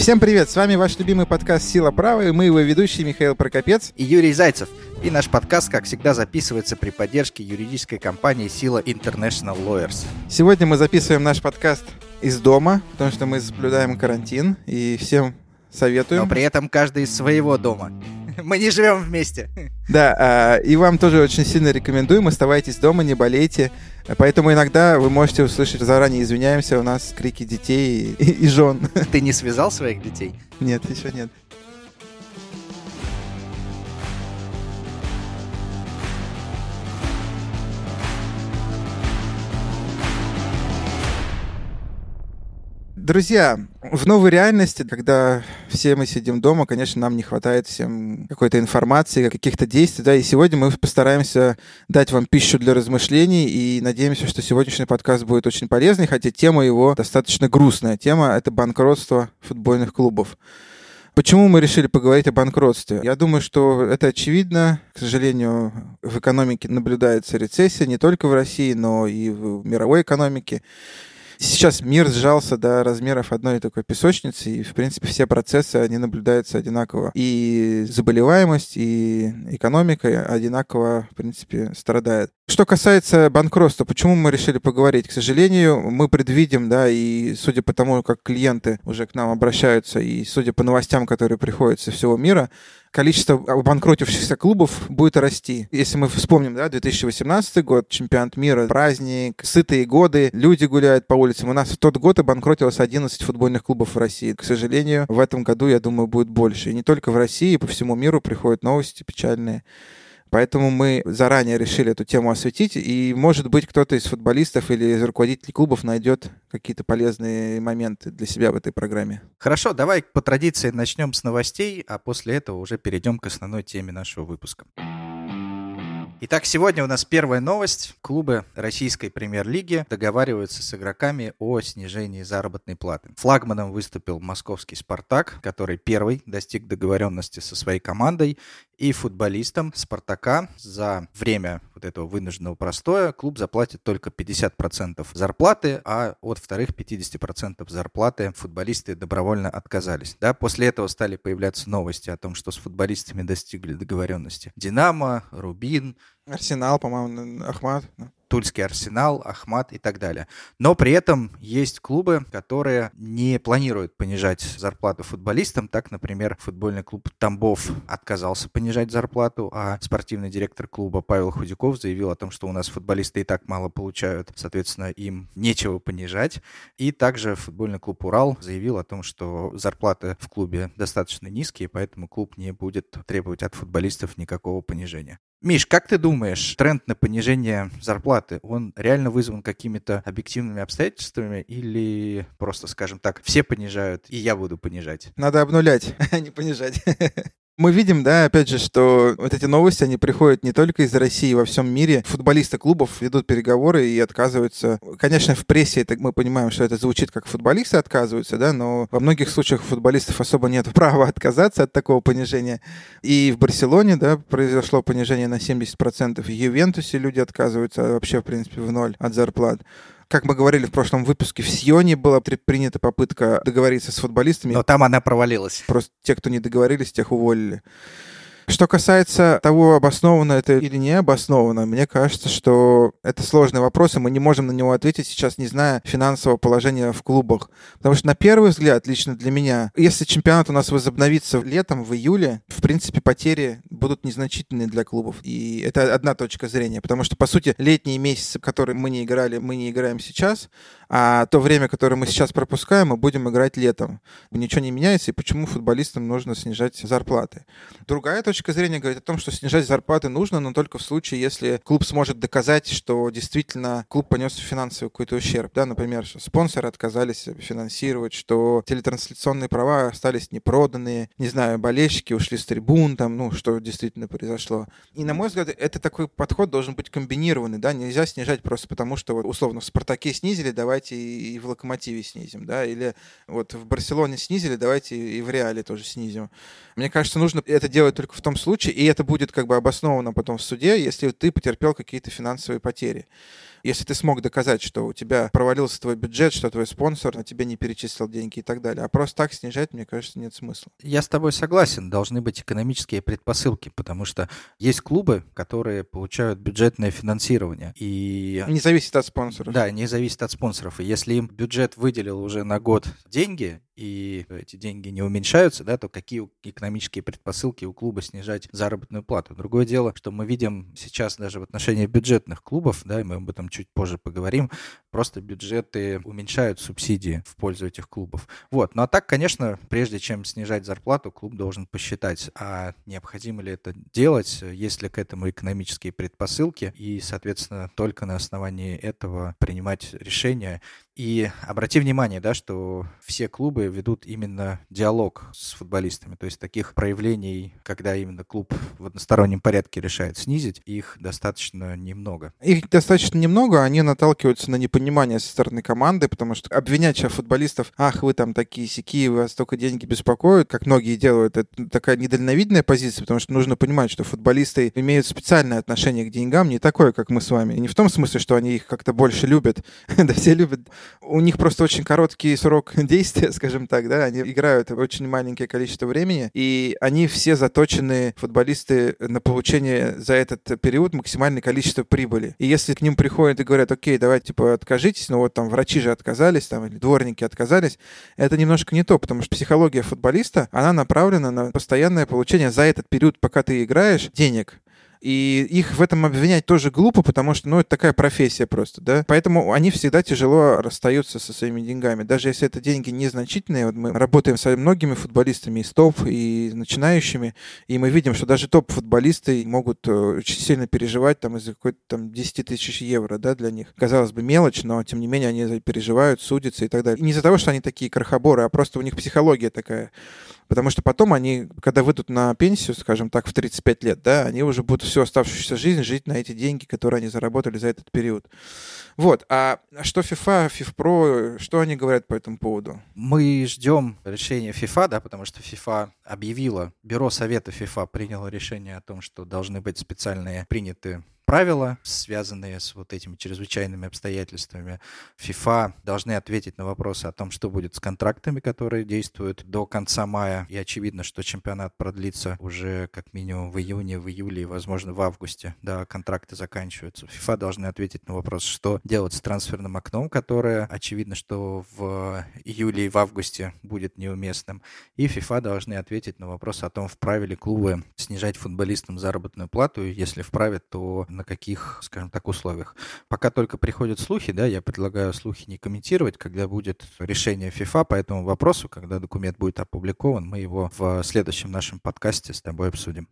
Всем привет, с вами ваш любимый подкаст «Сила права», и мы его ведущие Михаил Прокопец и Юрий Зайцев. И наш подкаст, как всегда, записывается при поддержке юридической компании «Сила International Lawyers». Сегодня мы записываем наш подкаст из дома, потому что мы соблюдаем карантин, и всем советуем. Но при этом каждый из своего дома. Мы не живем вместе. Да, и вам тоже очень сильно рекомендуем, оставайтесь дома, не болейте. Поэтому иногда вы можете услышать, заранее извиняемся, у нас крики детей и жен. Ты не связал своих детей? Нет, еще нет. Друзья, в новой реальности, когда все мы сидим дома, конечно, нам не хватает всем какой-то информации, каких-то действий, да, и сегодня мы постараемся дать вам пищу для размышлений, и надеемся, что сегодняшний подкаст будет очень полезный, хотя тема его достаточно грустная. Тема — это банкротство футбольных клубов. Почему мы решили поговорить о банкротстве? Я думаю, что это очевидно. К сожалению, в экономике наблюдается рецессия не только в России, но и в мировой экономике. Сейчас мир сжался до размеров одной такой песочницы, и, в принципе, все процессы, они наблюдаются одинаково. И заболеваемость, и экономика одинаково, в принципе, страдает. Что касается банкротства, почему мы решили поговорить? К сожалению, мы предвидим, да, и судя по тому, как клиенты уже к нам обращаются, и судя по новостям, которые приходят со всего мира, количество обанкротившихся клубов будет расти. Если мы вспомним, да, 2018 год, чемпионат мира, праздник, сытые годы, люди гуляют по улицам. У нас в тот год обанкротилось 11 футбольных клубов в России. К сожалению, в этом году, я думаю, будет больше. И не только в России, по всему миру приходят новости печальные. Поэтому мы заранее решили эту тему осветить, и, может быть, кто-то из футболистов или из руководителей клубов найдет какие-то полезные моменты для себя в этой программе. Хорошо, давай по традиции начнем с новостей, а после этого уже перейдем к основной теме нашего выпуска. Итак, сегодня у нас первая новость. Клубы российской премьер-лиги договариваются с игроками о снижении заработной платы. Флагманом выступил московский «Спартак», который первый достиг договоренности со своей командой, и футболистам «Спартака» за время вот этого вынужденного простоя клуб заплатит только 50% зарплаты, а от вторых 50% зарплаты футболисты добровольно отказались. Да? После этого стали появляться новости о том, что с футболистами достигли договоренности «Динамо», «Рубин», Арсенал, по-моему, Ахмат. Тульский Арсенал, Ахмат и так далее. Но при этом есть клубы, которые не планируют понижать зарплату футболистам. Так, например, футбольный клуб «Тамбов» отказался понижать зарплату, а спортивный директор клуба Павел Худяков заявил о том, что у нас футболисты и так мало получают, соответственно, им нечего понижать. И также футбольный клуб «Урал» заявил о том, что зарплаты в клубе достаточно низкие, поэтому клуб не будет требовать от футболистов никакого понижения. Миш, как ты думаешь, тренд на понижение зарплаты, он реально вызван какими-то объективными обстоятельствами или просто, скажем так, все понижают, и я буду понижать? Надо обнулять, а не понижать. Мы видим, да, опять же, что вот эти новости, они приходят не только из России, во всем мире. Футболисты клубов ведут переговоры и отказываются. Конечно, в прессе мы понимаем, что это звучит как футболисты отказываются, да, но во многих случаях у футболистов особо нет права отказаться от такого понижения. И в Барселоне, да, произошло понижение на 70%. В Ювентусе люди отказываются вообще, в принципе, в ноль от зарплат. Как мы говорили в прошлом выпуске, в Сионе была предпринята попытка договориться с футболистами. Но там она провалилась. Просто те, кто не договорились, тех уволили. Что касается того, обосновано это или не обосновано, мне кажется, что это сложный вопрос, и мы не можем на него ответить сейчас, не зная финансового положения в клубах. Потому что на первый взгляд, лично для меня, если чемпионат у нас возобновится летом, в июле, в принципе, потери будут незначительные для клубов. И это одна точка зрения. Потому что, по сути, летние месяцы, в которые мы не играли, мы не играем сейчас, а то время, которое мы сейчас пропускаем, мы будем играть летом. Ничего не меняется, и почему футболистам нужно снижать зарплаты. Другая точка зрения говорит о том, что снижать зарплаты нужно, но только в случае, если клуб сможет доказать, что действительно клуб понес финансовый какой-то ущерб. Да, например, что спонсоры отказались финансировать, что телетрансляционные права остались непроданные, не знаю, болельщики ушли с трибун, там, ну, что действительно произошло. И, на мой взгляд, это такой подход должен быть комбинированный, да, нельзя снижать просто потому, что, вот, условно, в «Спартаке» снизили, давайте и в «Локомотиве» снизим, да, или вот в «Барселоне» снизили, давайте и в «Реале» тоже снизим. Мне кажется, нужно это делать только в том случае, и это будет как бы обосновано потом в суде, если ты потерпел какие-то финансовые потери. Если ты смог доказать, что у тебя провалился твой бюджет, что твой спонсор на тебе не перечислил деньги и так далее. А просто так снижать, мне кажется, нет смысла. Я с тобой согласен, должны быть экономические предпосылки, потому что есть клубы, которые получают бюджетное финансирование. И не зависит от спонсоров. Да, не зависит от спонсоров. И если им бюджет выделил уже на год деньги, и эти деньги не уменьшаются, да, то какие экономические предпосылки у клуба снижать заработную плату? Другое дело, что мы видим сейчас даже в отношении бюджетных клубов, да, и мы об этом чуть позже поговорим, просто бюджеты уменьшают субсидии в пользу этих клубов. Вот. Ну а так, конечно, прежде чем снижать зарплату, клуб должен посчитать, а необходимо ли это делать, есть ли к этому экономические предпосылки, и, соответственно, только на основании этого принимать решения. И обрати внимание, да, что все клубы ведут именно диалог с футболистами. То есть таких проявлений, когда именно клуб в одностороннем порядке решает снизить, их достаточно немного. Их достаточно немного, они наталкиваются на непонимание со стороны команды, потому что обвинять сейчас футболистов, ах, вы там такие-сякие, вас только деньги беспокоят, как многие делают, это такая недальновидная позиция, потому что нужно понимать, что футболисты имеют специальное отношение к деньгам, не такое, как мы с вами. И не в том смысле, что они их как-то больше любят, да все любят. У них просто очень короткий срок действия, скажем так, да, они играют очень маленькое количество времени, и они все заточены, футболисты, на получение за этот период максимальное количество прибыли. И если к ним приходят и говорят, окей, давайте, типа, откажитесь, ну вот там врачи же отказались, там, или дворники отказались, это немножко не то, потому что психология футболиста, она направлена на постоянное получение за этот период, пока ты играешь, денег. И их в этом обвинять тоже глупо, потому что, ну, это такая профессия просто, да. Поэтому они всегда тяжело расстаются со своими деньгами. Даже если это деньги незначительные, вот мы работаем со многими футболистами из топ и начинающими, и мы видим, что даже топ-футболисты могут очень сильно переживать там из-за какой-то там 10 тысяч евро, да, для них. Казалось бы, мелочь, но тем не менее они переживают, судятся и так далее. И не из-за того, что они такие крохоборы, а просто у них психология такая. Потому что потом они, когда выйдут на пенсию, скажем так, в 35 лет, да, они уже будут всю оставшуюся жизнь жить на эти деньги, которые они заработали за этот период. Вот. А что FIFA, FIFPro, что они говорят по этому поводу? Мы ждем решения FIFA, да, потому что FIFA объявила, Бюро Совета FIFA приняло решение о том, что должны быть специальные приняты правила, связанные с вот этими чрезвычайными обстоятельствами. FIFA должны ответить на вопросы о том, что будет с контрактами, которые действуют до конца мая. И очевидно, что чемпионат продлится уже как минимум в июне, в июле и, возможно, в августе. Да, контракты заканчиваются. FIFA должны ответить на вопрос, что делать с трансферным окном, которое, очевидно, что в июле и в августе будет неуместным. И FIFA должны ответить на вопрос о том, вправе ли клубы снижать футболистам заработную плату. И если вправе, то на каких, скажем так, условиях. Пока только приходят слухи, да, я предлагаю слухи не комментировать, когда будет решение FIFA по этому вопросу, когда документ будет опубликован, мы его в следующем нашем подкасте с тобой обсудим.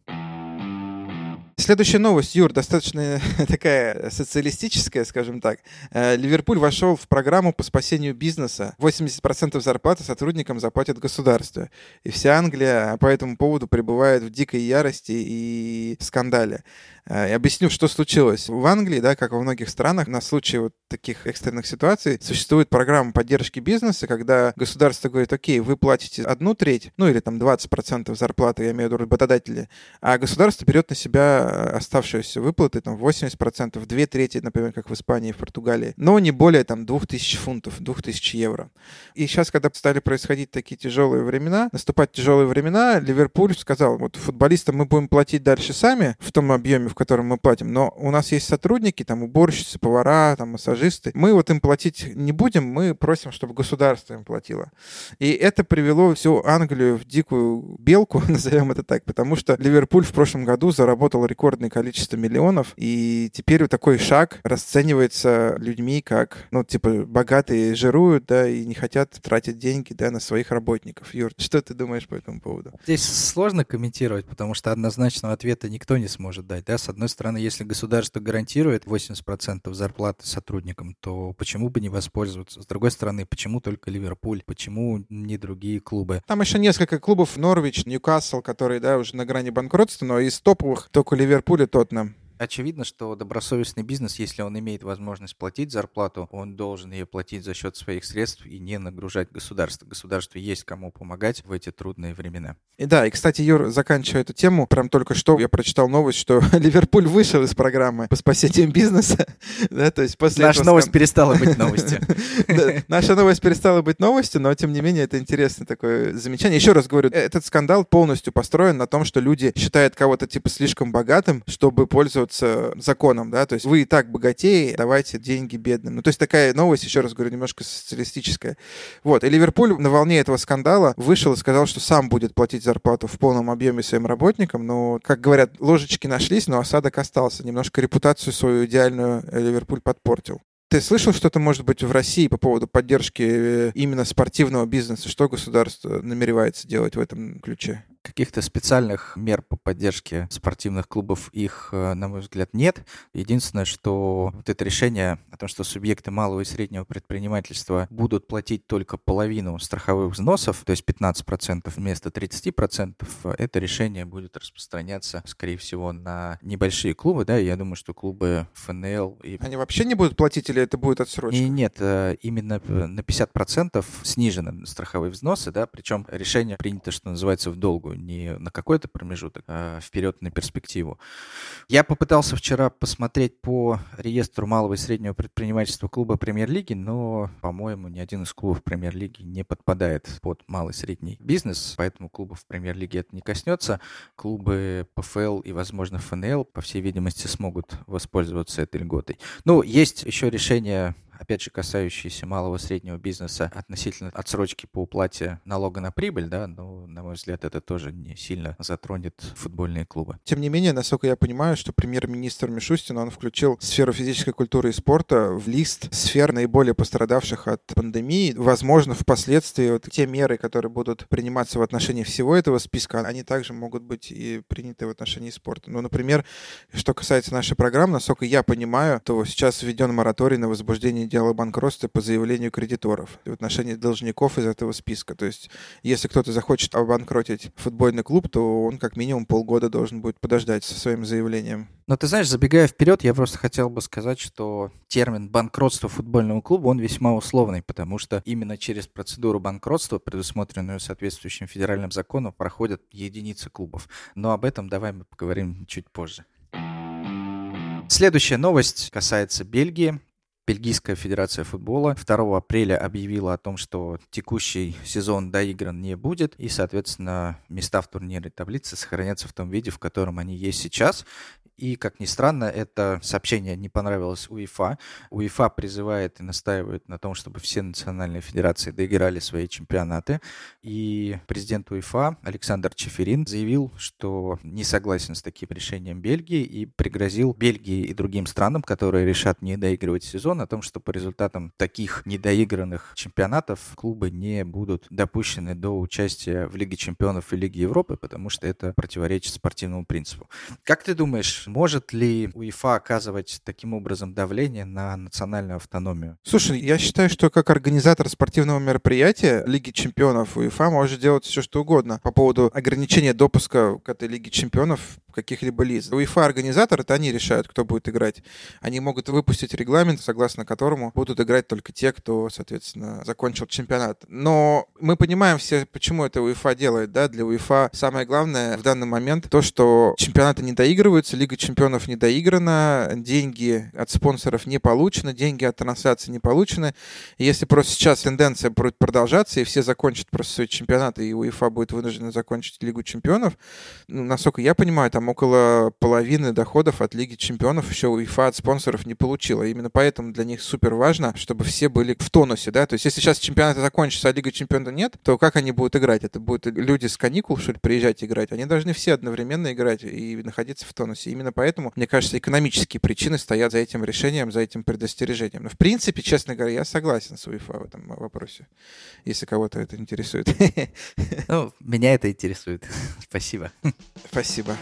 Следующая новость, Юр, достаточно такая социалистическая, скажем так. Ливерпуль вошел в программу по спасению бизнеса. 80% зарплаты сотрудникам заплатит государство. И вся Англия по этому поводу пребывает в дикой ярости и скандале. Я объясню, что случилось. В Англии, да, как во многих странах, на случай вот таких экстренных ситуаций существует программа поддержки бизнеса, когда государство говорит, окей, вы платите 1/3, ну или там 20% зарплаты, я имею в виду работодатели, а государство берет на себя оставшиеся выплаты, там 80%, 2/3, например, как в Испании и в Португалии, но не более там 2000 фунтов, 2000 евро. И сейчас, когда стали происходить такие тяжелые времена, наступать тяжелые времена, Ливерпуль сказал, вот футболистам мы будем платить дальше сами в том объеме, в котором мы платим, но у нас есть сотрудники, там уборщицы, повара, там массажисты, мы вот им платить не будем, мы просим, чтобы государство им платило. И это привело всю Англию в дикую белку, назовем это так, потому что Ливерпуль в прошлом году заработал рекордное количество миллионов, и теперь вот такой шаг расценивается людьми как, ну, типа, богатые жируют, да, и не хотят тратить деньги, да, на своих работников. Юр, что ты думаешь по этому поводу? Здесь сложно комментировать, потому что однозначного ответа никто не сможет дать, да. С одной стороны, если государство гарантирует 80% зарплаты сотрудникам, то почему бы не воспользоваться? С другой стороны, почему только Ливерпуль? Почему не другие клубы? Там еще несколько клубов, Норвич, Ньюкасл, которые, да, уже на грани банкротства, но из топовых только Ливерпуль и Тоттенхэм. Очевидно, что добросовестный бизнес, если он имеет возможность платить зарплату, он должен ее платить за счет своих средств и не нагружать государство. Государству есть кому помогать в эти трудные времена. И да, и, кстати, Юр, заканчивая эту тему, прям только что я прочитал новость, что Ливерпуль вышел из программы по спасению бизнеса. Да, то есть после Наша новость перестала быть новостью. Наша новость перестала быть новостью, но, тем не менее, это интересное такое замечание. Еще раз говорю, этот скандал полностью построен на том, что люди считают кого-то типа слишком богатым, чтобы пользоваться законом, да, то есть вы и так богатее, давайте деньги бедным. Ну, то есть такая новость, еще раз говорю, немножко социалистическая. Вот, и Ливерпуль на волне этого скандала вышел и сказал, что сам будет платить зарплату в полном объеме своим работникам, но, как говорят, ложечки нашлись, но осадок остался. Немножко репутацию свою идеальную Ливерпуль подпортил. Ты слышал что-то, может быть, в России по поводу поддержки именно спортивного бизнеса? Что государство намеревается делать в этом ключе? Каких-то специальных мер по поддержке спортивных клубов их, на мой взгляд, нет. Единственное, что вот это решение о том, что субъекты малого и среднего предпринимательства будут платить только половину страховых взносов, то есть 15% вместо 30%, это решение будет распространяться, скорее всего, на небольшие клубы, да, и я думаю, что клубы ФНЛ... Они вообще не будут платить или это будет отсрочка? Нет, именно на 50% снижены страховые взносы, да, причем решение принято, что называется, в долгу, не на какой-то промежуток, а вперед на перспективу. Я попытался вчера посмотреть по реестру малого и среднего предпринимательства клуба Премьер-лиги, но, по-моему, ни один из клубов Премьер-лиги не подпадает под малый и средний бизнес, поэтому клубов Премьер-лиги это не коснется. Клубы ПФЛ и, возможно, ФНЛ, по всей видимости, смогут воспользоваться этой льготой. Ну, есть еще решение, опять же, касающиеся малого и среднего бизнеса относительно отсрочки по уплате налога на прибыль, да, но, на мой взгляд, это тоже не сильно затронет футбольные клубы. Тем не менее, насколько я понимаю, что премьер-министр Мишустин, он включил сферу физической культуры и спорта в лист сфер, наиболее пострадавших от пандемии. Возможно, впоследствии вот те меры, которые будут приниматься в отношении всего этого списка, они также могут быть и приняты в отношении спорта. Ну, например, что касается нашей программы, насколько я понимаю, то сейчас введен мораторий на возбуждение дела о банкротстве по заявлению кредиторов в отношении должников из этого списка. То есть, если кто-то захочет обанкротить футбольный клуб, то он как минимум полгода должен будет подождать со своим заявлением. Но ты знаешь, забегая вперед, я просто хотел бы сказать, что термин банкротство футбольного клуба, он весьма условный, потому что именно через процедуру банкротства, предусмотренную соответствующим федеральным законом, проходят единицы клубов. Но об этом давай мы поговорим чуть позже. Следующая новость касается Бельгии. Бельгийская федерация футбола 2 апреля объявила о том, что текущий сезон доигран не будет, и, соответственно, места в турнирной таблице сохранятся в том виде, в котором они есть сейчас. И, как ни странно, это сообщение не понравилось УЕФА. УЕФА призывает и настаивает на том, чтобы все национальные федерации доиграли свои чемпионаты. И президент УЕФА Александр Чеферин заявил, что не согласен с таким решением Бельгии и пригрозил Бельгии и другим странам, которые решат не доигрывать сезон, о том, что по результатам таких недоигранных чемпионатов клубы не будут допущены до участия в Лиге чемпионов и Лиге Европы, потому что это противоречит спортивному принципу. Как ты думаешь, может ли УЕФА оказывать таким образом давление на национальную автономию? Слушай, я считаю, что как организатор спортивного мероприятия Лиги чемпионов УЕФА может делать все, что угодно по поводу ограничения допуска к этой Лиге чемпионов каких-либо лиц. УЕФА организатор, это они решают, кто будет играть. Они могут выпустить регламент, согласно которому будут играть только те, кто, соответственно, закончил чемпионат. Но мы понимаем все, почему это УЕФА делает, да? Для УЕФА самое главное в данный момент то, что чемпионаты не доигрываются, Лига чемпионов не доиграна, деньги от спонсоров не получены, деньги от трансляции не получены. И если просто сейчас тенденция будет продолжаться, и все закончат просто свои чемпионаты, и УЕФА будет вынуждена закончить Лигу чемпионов, ну, насколько я понимаю, там около половины доходов от Лиги чемпионов еще УЕФА от спонсоров не получила. Именно поэтому для них супер важно, чтобы все были в тонусе, да, то есть если сейчас чемпионаты закончатся, а Лига чемпионов нет, то как они будут играть? Это будут люди с каникул, что ли, приезжать играть? Они должны все одновременно играть и находиться в тонусе. Именно поэтому, мне кажется, экономические причины стоят за этим решением, за этим предостережением. Но в принципе, честно говоря, я согласен с УЕФА в этом вопросе, если кого-то это интересует. Ну, меня это интересует. Спасибо. Спасибо.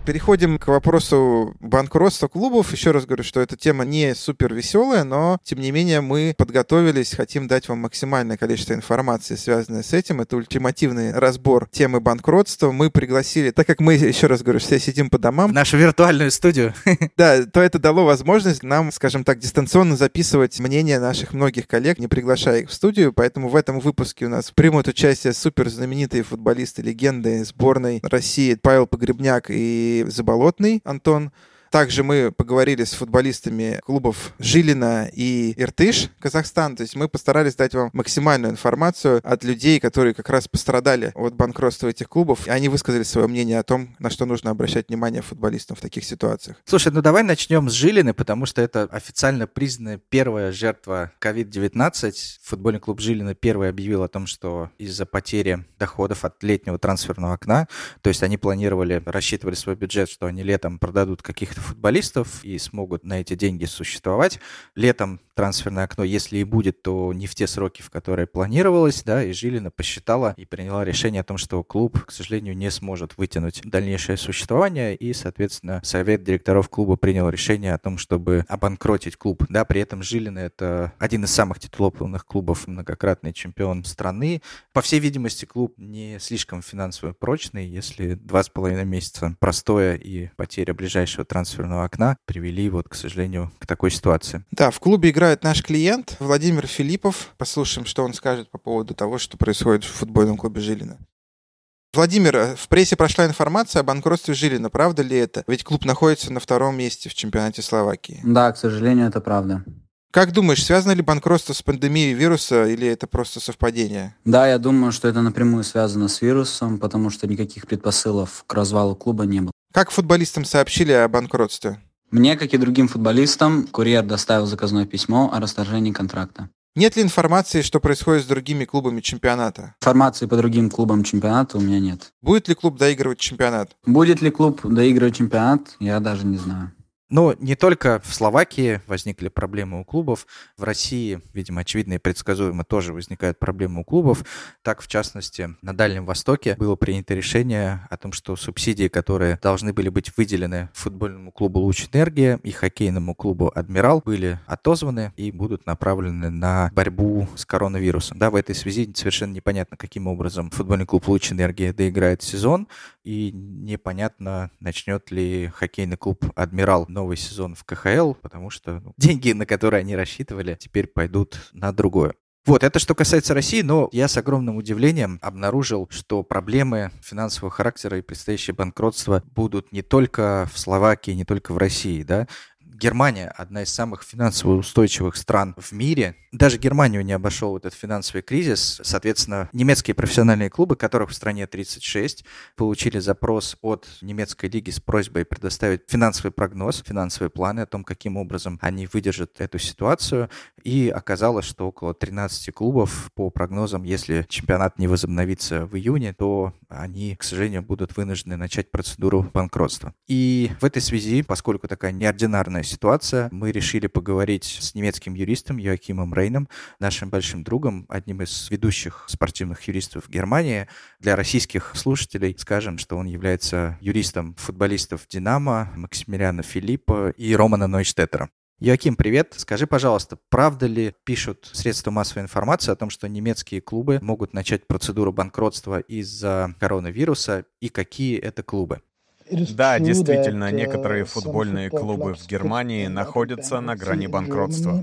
Переходим к вопросу банкротства клубов. Еще раз говорю, что эта тема не супер веселая, но, тем не менее, мы подготовились, хотим дать вам максимальное количество информации, связанной с этим. Это ультимативный разбор темы банкротства. Мы пригласили, так как мы, еще раз говорю, все сидим по домам. В нашу виртуальную студию. Да, то это дало возможность нам, скажем так, дистанционно записывать мнения наших многих коллег, не приглашая их в студию. Поэтому в этом выпуске у нас примут участие супер знаменитые футболисты, легенды сборной России Павел Погребняк и Заболотный Антон. Также мы поговорили с футболистами клубов Жилина и Иртыш, Казахстан. То есть мы постарались дать вам максимальную информацию от людей, которые как раз пострадали от банкротства этих клубов. И они высказали свое мнение о том, на что нужно обращать внимание футболистам в таких ситуациях. Слушай, ну давай начнем с Жилины, потому что это официально признанная первая жертва COVID-19. Футбольный клуб Жилина первый объявил о том, что из-за потери доходов от летнего трансферного окна, то есть они рассчитывали свой бюджет, что они летом продадут каких-то футболистов и смогут на эти деньги существовать. Летом трансферное окно, если и будет, то не в те сроки, в которые планировалось, да, и Жилина посчитала и приняла решение о том, что клуб, к сожалению, не сможет вытянуть дальнейшее существование, и, соответственно, совет директоров клуба принял решение о том, чтобы обанкротить клуб. Да, при этом Жилина — это один из самых титулованных клубов, многократный чемпион страны. По всей видимости, клуб не слишком финансово прочный, если 2,5 месяца простоя и потеря ближайшего трансферного окна привели, к сожалению, к такой ситуации. Да, в клубе играет наш клиент Владимир Филиппов. Послушаем, что он скажет по поводу того, что происходит в футбольном клубе Жилина. Владимир, в прессе прошла информация о банкротстве Жилина. Правда ли это? Ведь клуб находится на 2-м месте в чемпионате Словакии. Да, к сожалению, это правда. Как думаешь, связано ли банкротство с пандемией вируса или это просто совпадение? Да, я думаю, что это напрямую связано с вирусом, потому что никаких предпосылок к развалу клуба не было. Как футболистам сообщили о банкротстве? Мне, как и другим футболистам, курьер доставил заказное письмо о расторжении контракта. Нет ли информации, что происходит с другими клубами чемпионата? Информации по другим клубам чемпионата у меня нет. Будет ли клуб доигрывать чемпионат? Будет ли клуб доигрывать чемпионат, я даже не знаю. Но не только в Словакии возникли проблемы у клубов. В России, видимо, очевидно и предсказуемо тоже возникают проблемы у клубов. Так, в частности, на Дальнем Востоке было принято решение о том, что субсидии, которые должны были быть выделены футбольному клубу «Луч Энергия» и хоккейному клубу «Адмирал», были отозваны и будут направлены на борьбу с коронавирусом. Да, в этой связи совершенно непонятно, каким образом футбольный клуб «Луч Энергия» доиграет сезон, и непонятно, начнет ли хоккейный клуб «Адмирал» новый сезон в КХЛ, потому что деньги, на которые они рассчитывали, теперь пойдут на другое. Это что касается России, но я с огромным удивлением обнаружил, что проблемы финансового характера и предстоящее банкротство будут не только в Словакии, не только в России, да. Германия — одна из самых финансово устойчивых стран в мире. Даже Германию не обошел этот финансовый кризис. Соответственно, немецкие профессиональные клубы, которых в стране 36, получили запрос от немецкой лиги с просьбой предоставить финансовый прогноз, финансовые планы о том, каким образом они выдержат эту ситуацию. И оказалось, что около 13 клубов, по прогнозам, если чемпионат не возобновится в июне, то они, к сожалению, будут вынуждены начать процедуру банкротства. И в этой связи, поскольку такая неординарная ситуация, мы решили поговорить с немецким юристом Йоакимом Рейном, нашим большим другом, одним из ведущих спортивных юристов Германии. Для российских слушателей скажем, что он является юристом футболистов «Динамо», Максимилиана Филиппа и Романа Нойштеттера. Йоаким, привет. Скажи, пожалуйста, правда ли пишут средства массовой информации о том, что немецкие клубы могут начать процедуру банкротства из-за коронавируса, и какие это клубы? Да, действительно, некоторые футбольные клубы в Германии находятся на грани банкротства.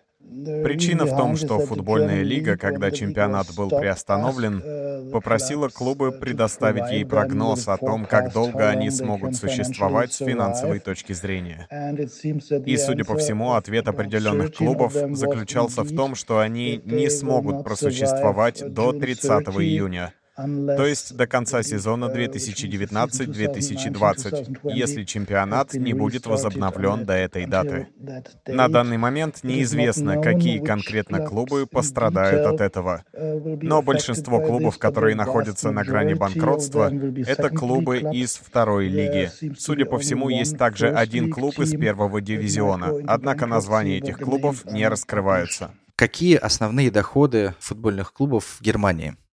Причина в том, что футбольная лига, когда чемпионат был приостановлен, попросила клубы предоставить ей прогноз о том, как долго они смогут существовать с финансовой точки зрения. И, судя по всему, ответ определенных клубов заключался в том, что они не смогут просуществовать до 30 июня. То есть до конца сезона 2019-2020, если чемпионат не будет возобновлен до этой даты. На данный момент неизвестно, какие конкретно клубы пострадают от этого. Но большинство клубов, которые находятся на грани банкротства, это клубы из второй лиги. Судя по всему, есть также один клуб из первого дивизиона, однако названия этих клубов не раскрываются. Какие основные доходы футбольных клубов в Германии?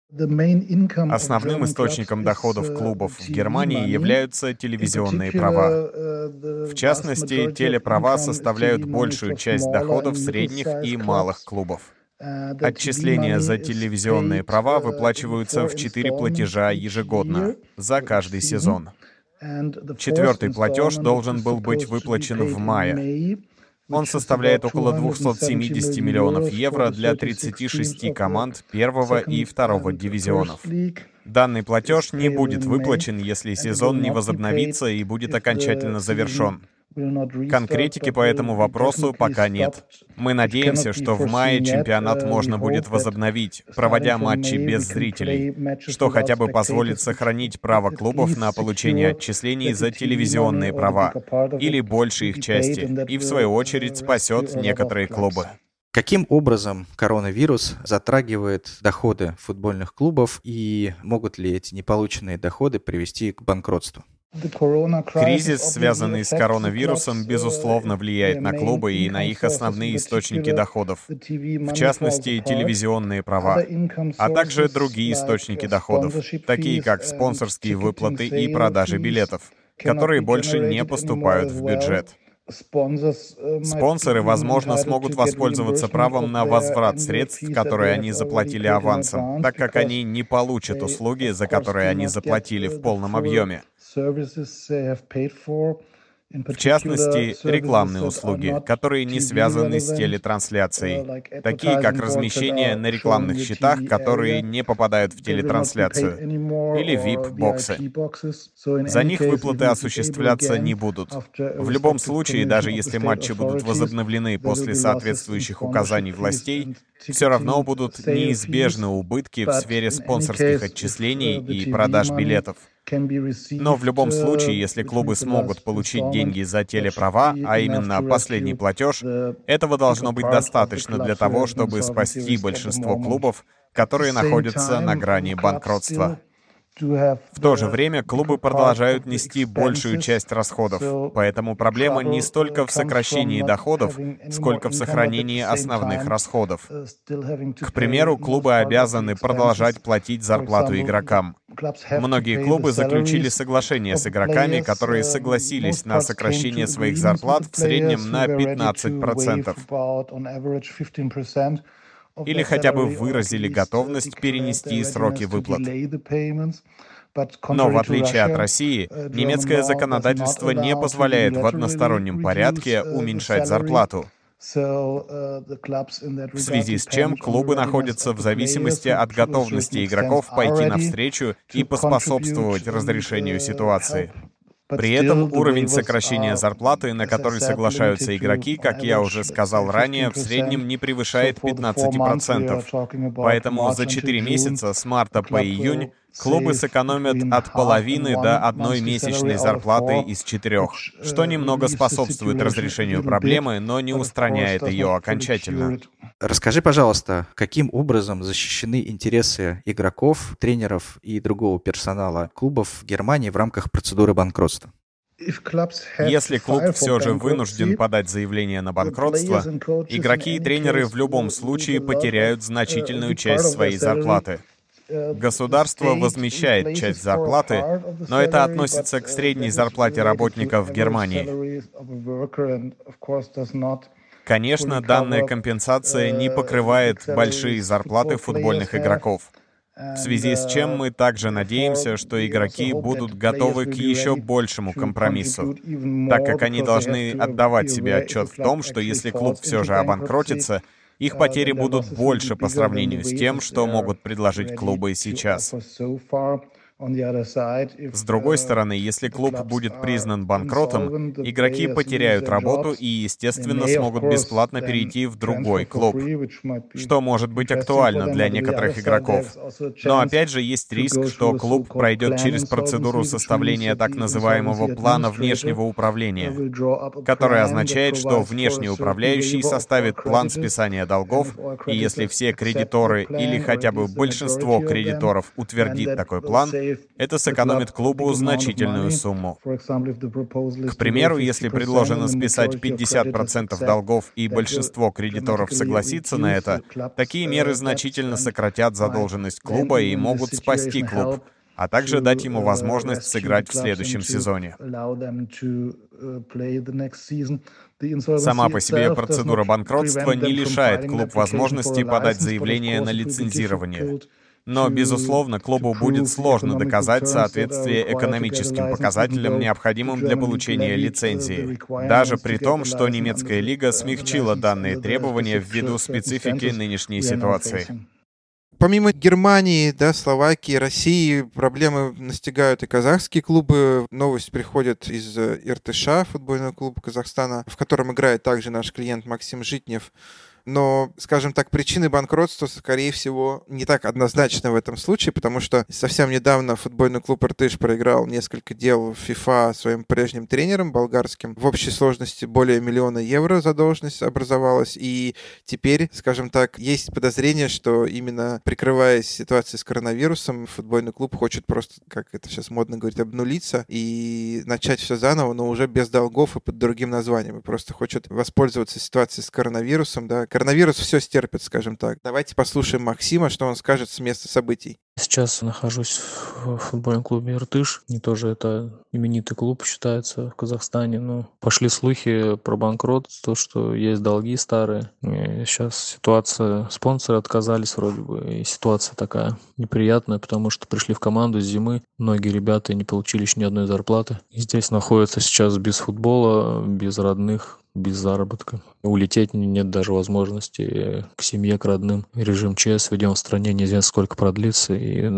Основным источником доходов клубов в Германии являются телевизионные права. В частности, телеправа составляют большую часть доходов средних и малых клубов. Отчисления за телевизионные права выплачиваются в 4 платежа ежегодно, за каждый сезон. 4-й платеж должен был быть выплачен в мае. Он составляет около 270 миллионов евро для 36 команд первого и второго дивизионов. Данный платеж не будет выплачен, если сезон не возобновится и будет окончательно завершен. Конкретики по этому вопросу пока нет. Мы надеемся, что в мае чемпионат можно будет возобновить, проводя матчи без зрителей, что хотя бы позволит сохранить право клубов на получение отчислений за телевизионные права или большей их части, и в свою очередь спасет некоторые клубы. Каким образом коронавирус затрагивает доходы футбольных клубов, и могут ли эти неполученные доходы привести к банкротству? Кризис, связанный с коронавирусом, безусловно влияет на клубы и на их основные источники доходов, в частности, телевизионные права, а также другие источники доходов, такие как спонсорские выплаты и продажи билетов, которые больше не поступают в бюджет. Спонсоры, возможно, смогут воспользоваться правом на возврат средств, которые они заплатили авансом, так как они не получат услуги, за которые они заплатили в полном объеме. В частности, рекламные услуги, которые не связаны с телетрансляцией, такие как размещение на рекламных счетах, которые не попадают в телетрансляцию, или VIP-боксы. За них выплаты осуществляться не будут. В любом случае, даже если матчи будут возобновлены после соответствующих указаний властей, все равно будут неизбежны убытки в сфере спонсорских отчислений и продаж билетов. Но в любом случае, если клубы смогут получить деньги за телеправа, а именно последний платеж, этого должно быть достаточно для того, чтобы спасти большинство клубов, которые находятся на грани банкротства. В то же время клубы продолжают нести большую часть расходов, поэтому проблема не столько в сокращении доходов, сколько в сохранении основных расходов. К примеру, клубы обязаны продолжать платить зарплату игрокам. Многие клубы заключили соглашения с игроками, которые согласились на сокращение своих зарплат в среднем на 15%. Или хотя бы выразили готовность перенести сроки выплат. Но в отличие от России, немецкое законодательство не позволяет в одностороннем порядке уменьшать зарплату, в связи с чем клубы находятся в зависимости от готовности игроков пойти навстречу и поспособствовать разрешению ситуации. При этом уровень сокращения зарплаты, на который соглашаются игроки, как я уже сказал ранее, в среднем не превышает 15%. Поэтому за 4 месяца, с марта по июнь, клубы сэкономят от половины до 1 месячной зарплаты из 4, что немного способствует разрешению проблемы, но не устраняет ее окончательно. Расскажи, пожалуйста, каким образом защищены интересы игроков, тренеров и другого персонала клубов в Германии в рамках процедуры банкротства? Если клуб все же вынужден подать заявление на банкротство, игроки и тренеры в любом случае потеряют значительную часть своей зарплаты. Государство возмещает часть зарплаты, но это относится к средней зарплате работников в Германии. Конечно, данная компенсация не покрывает большие зарплаты футбольных игроков, в связи с чем мы также надеемся, что игроки будут готовы к еще большему компромиссу, так как они должны отдавать себе отчет в том, что если клуб все же обанкротится, их потери будут больше по сравнению с тем, что могут предложить клубы сейчас. С другой стороны, если клуб будет признан банкротом, игроки потеряют работу и, естественно, смогут бесплатно перейти в другой клуб, что может быть актуально для некоторых игроков. Но опять же есть риск, что клуб пройдет через процедуру составления так называемого плана внешнего управления, который означает, что внешний управляющий составит план списания долгов, и если все кредиторы или хотя бы большинство кредиторов утвердит такой план, Это сэкономит клубу значительную сумму. К примеру, если предложено списать 50% долгов и большинство кредиторов согласится на это, такие меры значительно сократят задолженность клуба и могут спасти клуб, а также дать ему возможность сыграть в следующем сезоне. Сама по себе процедура банкротства не лишает клуб возможности подать заявление на лицензирование. Но, безусловно, клубу будет сложно доказать соответствие экономическим показателям, необходимым для получения лицензии, даже при том, что немецкая лига смягчила данные требования ввиду специфики нынешней ситуации. Помимо Германии, да, Словакии, России, проблемы настигают и казахские клубы. Новость приходит из Иртыша, футбольного клуба Казахстана, в котором играет также наш клиент Максим Житнев. Но, скажем так, причины банкротства, скорее всего, не так однозначны в этом случае, потому что совсем недавно футбольный клуб «Иртыш» проиграл несколько дел в FIFA своим прежним тренером болгарским. В общей сложности более 1 миллиона евро задолженность образовалась, и теперь, скажем так, есть подозрение, что именно прикрываясь ситуацией с коронавирусом, футбольный клуб хочет просто, как это сейчас модно говорить, обнулиться и начать все заново, но уже без долгов и под другим названием. И просто хочет воспользоваться ситуацией с коронавирусом, да. Коронавирус все стерпит, скажем так. Давайте послушаем Максима, что он скажет с места событий. Сейчас нахожусь в футбольном клубе «Иртыш». Не тоже это именитый клуб считается в Казахстане, но пошли слухи про банкротство, что есть долги старые. И сейчас ситуация, спонсоры отказались вроде бы, и ситуация такая неприятная, потому что пришли в команду с зимы, многие ребята не получили еще ни одной зарплаты. И здесь находятся сейчас без футбола, без родных, без заработка. Улететь нет даже возможности к семье, к родным. Режим ЧС ведем в стране, неизвестно сколько продлится.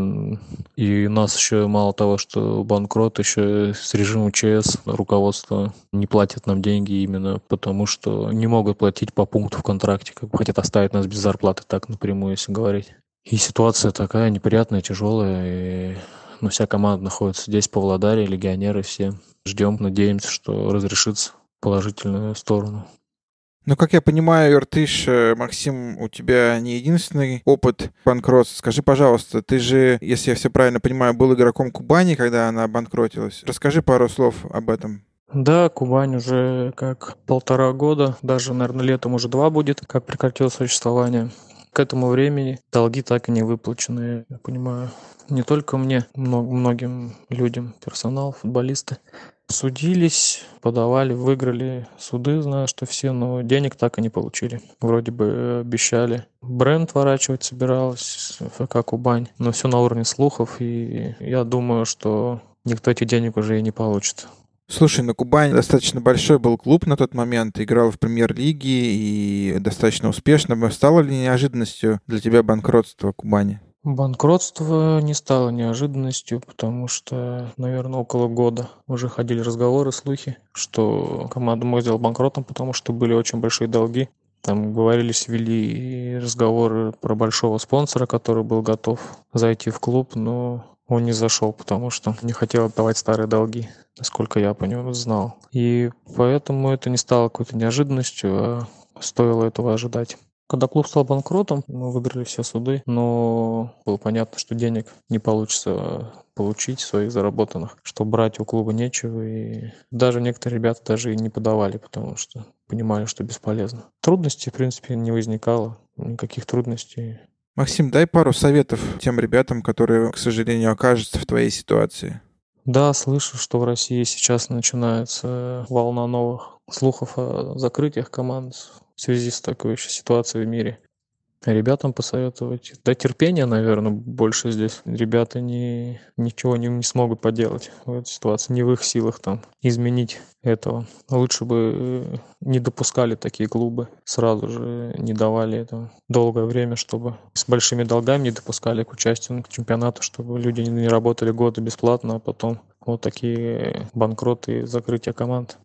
И нас еще мало того, что банкрот, еще с режимом ЧС руководство не платит нам деньги именно потому, что не могут платить по пункту в контракте, как бы хотят оставить нас без зарплаты, так напрямую, если говорить. И ситуация такая неприятная, тяжелая. Но вся команда находится здесь, в Павлодаре, легионеры все. Ждем, надеемся, что разрешится положительную сторону. Ну, как я понимаю, Иртыш, Максим, у тебя не единственный опыт банкротства. Скажи, пожалуйста, ты же, если я все правильно понимаю, был игроком Кубани, когда она банкротилась. Расскажи пару слов об этом. Да, Кубань уже как 1,5 года, даже, наверное, летом уже 2 будет, как прекратил существование. К этому времени долги так и не выплачены, я понимаю. Не только мне, многим людям, персонал, футболисты. Судились, подавали, выиграли суды, знаю, что все, но денег так и не получили. Вроде бы обещали. Бренд ворачивать собиралась, ФК Кубань, но все на уровне слухов, и я думаю, что никто этих денег уже и не получит. Слушай, на Кубани достаточно большой был клуб на тот момент, играл в премьер-лиге и достаточно успешно. Стало ли неожиданностью для тебя банкротство Кубани? Банкротство не стало неожиданностью, потому что, наверное, около года уже ходили разговоры, слухи, что команда может сделать банкротом, потому что были очень большие долги. Там говорились, вели разговоры про большого спонсора, который был готов зайти в клуб, но он не зашел, потому что не хотел отдавать старые долги, насколько я по нему знал. И поэтому это не стало какой-то неожиданностью, а стоило этого ожидать. Когда клуб стал банкротом, мы выиграли все суды, но было понятно, что денег не получится получить своих заработанных, что брать у клуба нечего, и даже некоторые ребята даже и не подавали, потому что понимали, что бесполезно. Трудностей, в принципе, не возникало, никаких трудностей. Максим, дай пару советов тем ребятам, которые, к сожалению, окажутся в твоей ситуации. Да, слышу, что в России сейчас начинается волна новых слухов о закрытиях команд в связи с такой еще ситуацией в мире. Ребятам посоветовать. Да, терпения, наверное, больше здесь. Ребята ничего не смогут поделать в этой ситуации. Не в их силах там изменить этого. Лучше бы не допускали такие клубы. Сразу же не давали этого долгое время, чтобы с большими долгами не допускали к участию к чемпионату, чтобы люди не работали годы бесплатно, а потом вот такие банкроты и закрытия команд.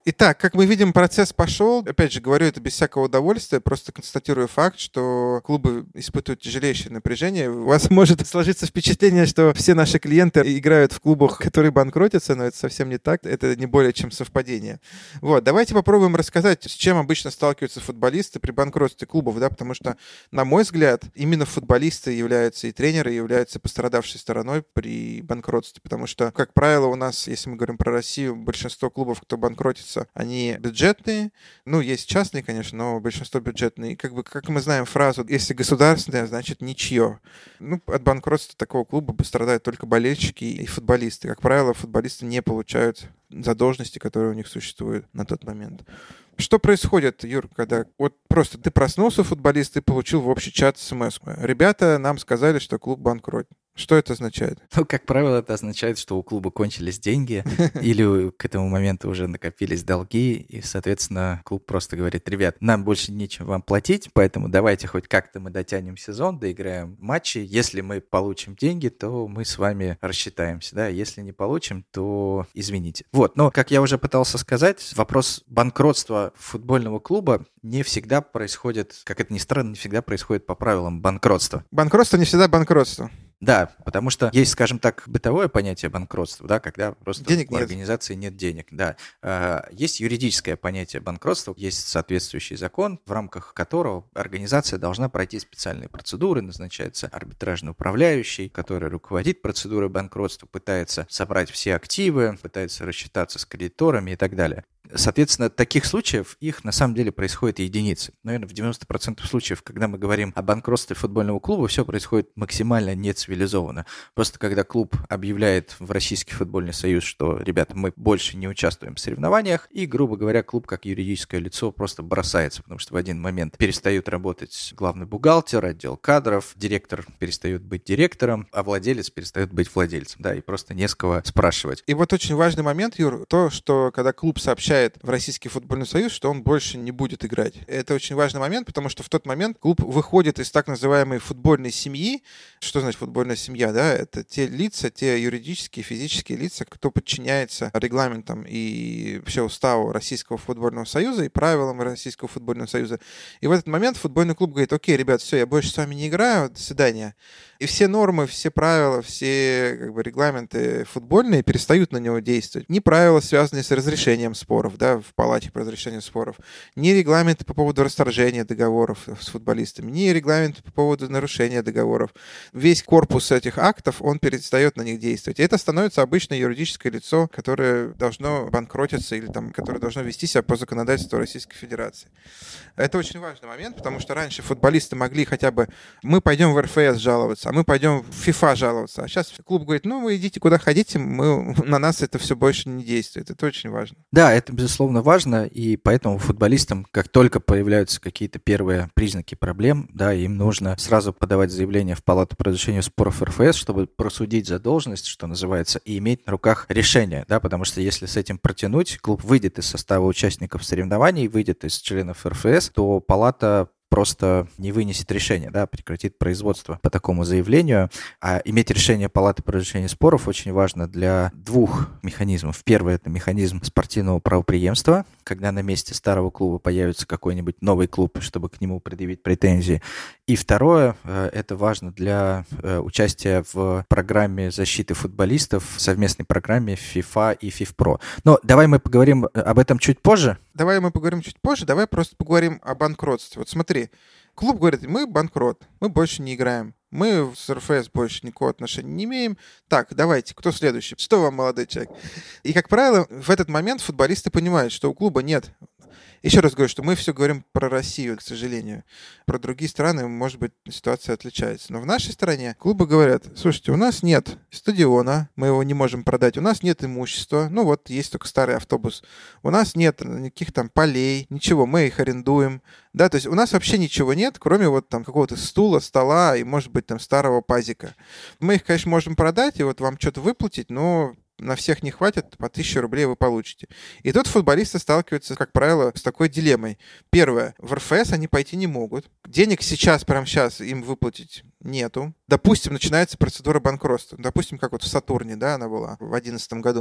Итак, как мы видим, процесс пошел. Опять же, говорю это без всякого удовольствия, просто констатирую факт, что клубы испытывают тяжелейшее напряжение. У вас может сложиться впечатление, что все наши клиенты играют в клубах, которые банкротятся, но это совсем не так. Это не более чем совпадение. Вот, давайте попробуем рассказать, с чем обычно сталкиваются футболисты при банкротстве клубов, да, потому что, на мой взгляд, именно футболисты являются и тренеры являются пострадавшей стороной при банкротстве, потому что, как правило, у нас, если мы говорим про Россию, большинство клубов, кто банкротится, они бюджетные. Ну, есть частные, конечно, но большинство бюджетные. И как мы знаем фразу, если государственное, значит ничье. Ну, от банкротства такого клуба страдают только болельщики и футболисты. Как правило, футболисты не получают задолженности, которые у них существуют на тот момент. Что происходит, Юр, когда вот просто ты проснулся, футболист, и получил в общий чат смс? Ребята нам сказали, что клуб банкрот. Что это означает? Ну, как правило, это означает, что у клуба кончились деньги, или к этому моменту уже накопились долги, и, соответственно, клуб просто говорит: ребят, нам больше нечем вам платить, поэтому давайте хоть как-то мы дотянем сезон, доиграем матчи. Если мы получим деньги, то мы с вами рассчитаемся, да, если не получим, то извините. Вот, но, как я уже пытался сказать, вопрос банкротства футбольного клуба не всегда происходит, как это ни странно, не всегда происходит по правилам банкротства. Банкротство не всегда банкротство. Да, потому что есть, скажем так, бытовое понятие банкротства, да, когда просто денег у организации нет денег. Да. Есть юридическое понятие банкротства, есть соответствующий закон, в рамках которого организация должна пройти специальные процедуры, назначается арбитражный управляющий, который руководит процедурой банкротства, пытается собрать все активы, пытается рассчитаться с кредиторами и так далее. Соответственно, таких случаев, их на самом деле происходит единицы. Наверное, в 90% случаев, когда мы говорим о банкротстве футбольного клуба, все происходит максимально нецивилизованно. Просто когда клуб объявляет в Российский футбольный союз, что, ребята, мы больше не участвуем в соревнованиях, и, грубо говоря, клуб как юридическое лицо просто бросается, потому что в один момент перестают работать главный бухгалтер, отдел кадров, директор перестает быть директором, а владелец перестает быть владельцем, да, и просто не с кого спрашивать. И вот очень важный момент, Юр, то, что когда клуб сообщает в Российский футбольный союз, что он больше не будет играть. Это очень важный момент, потому что в тот момент клуб выходит из так называемой футбольной семьи. Что значит футбольная семья? Да? Это те лица, те юридические, физические лица, кто подчиняется регламентам и вообще уставу Российского футбольного союза и правилам Российского футбольного союза. И в этот момент футбольный клуб говорит: окей, ребят, все, я больше с вами не играю, до свидания. И все нормы, все правила, все регламенты футбольные перестают на него действовать. Ни правила, связанные с разрешением споров, да, в палате по разрешению споров, ни регламенты по поводу расторжения договоров с футболистами, ни регламенты по поводу нарушения договоров. Весь корпус этих актов, он перестает на них действовать. И это становится обычное юридическое лицо, которое должно банкротиться или там, которое должно вести себя по законодательству Российской Федерации. Это очень важный момент, потому что раньше футболисты могли хотя бы: мы пойдем в РФС жаловаться, а мы пойдем в FIFA жаловаться. А сейчас клуб говорит: ну, вы идите куда хотите, на нас это все больше не действует. Это очень важно. Да, это безусловно важно, и поэтому футболистам, как только появляются какие-то первые признаки проблем, да, им нужно сразу подавать заявление в Палату по разрешению споров РФС, чтобы просудить задолженность, что называется, и иметь на руках решение, да, потому что если с этим протянуть, клуб выйдет из состава участников соревнований, выйдет из членов РФС, то палата просто не вынесет решение, да, прекратит производство по такому заявлению. А иметь решение Палаты по разрешению споров очень важно для двух механизмов. Первый — это механизм спортивного правопреемства, когда на месте старого клуба появится какой-нибудь новый клуб, чтобы к нему предъявить претензии. И второе, это важно для участия в программе защиты футболистов, совместной программе FIFA и FIFPro. Но давай мы поговорим об этом чуть позже. Давай просто поговорим о банкротстве. Вот смотри, клуб говорит: мы банкрот, мы больше не играем, мы с РФС больше никакого отношения не имеем. Так, давайте, кто следующий? Что вам, молодой человек? И, как правило, в этот момент футболисты понимают, что у клуба нет. Еще раз говорю, что мы все говорим про Россию, к сожалению. Про другие страны, может быть, ситуация отличается. Но в нашей стране клубы говорят: слушайте, у нас нет стадиона, мы его не можем продать, у нас нет имущества, ну вот есть только старый автобус, у нас нет никаких там полей, ничего, мы их арендуем. Да, то есть у нас вообще ничего нет, кроме вот там какого-то стула, стола и, может быть, там старого пазика. Мы их, конечно, можем продать и вот вам что-то выплатить, но на всех не хватит, по 1000 рублей вы получите. И тут футболисты сталкиваются, как правило, с такой дилеммой. Первое. В РФС они пойти не могут. Денег прямо сейчас им выплатить нету. Допустим, начинается процедура банкротства. Допустим, как вот в Сатурне, да, она была в 2011 году.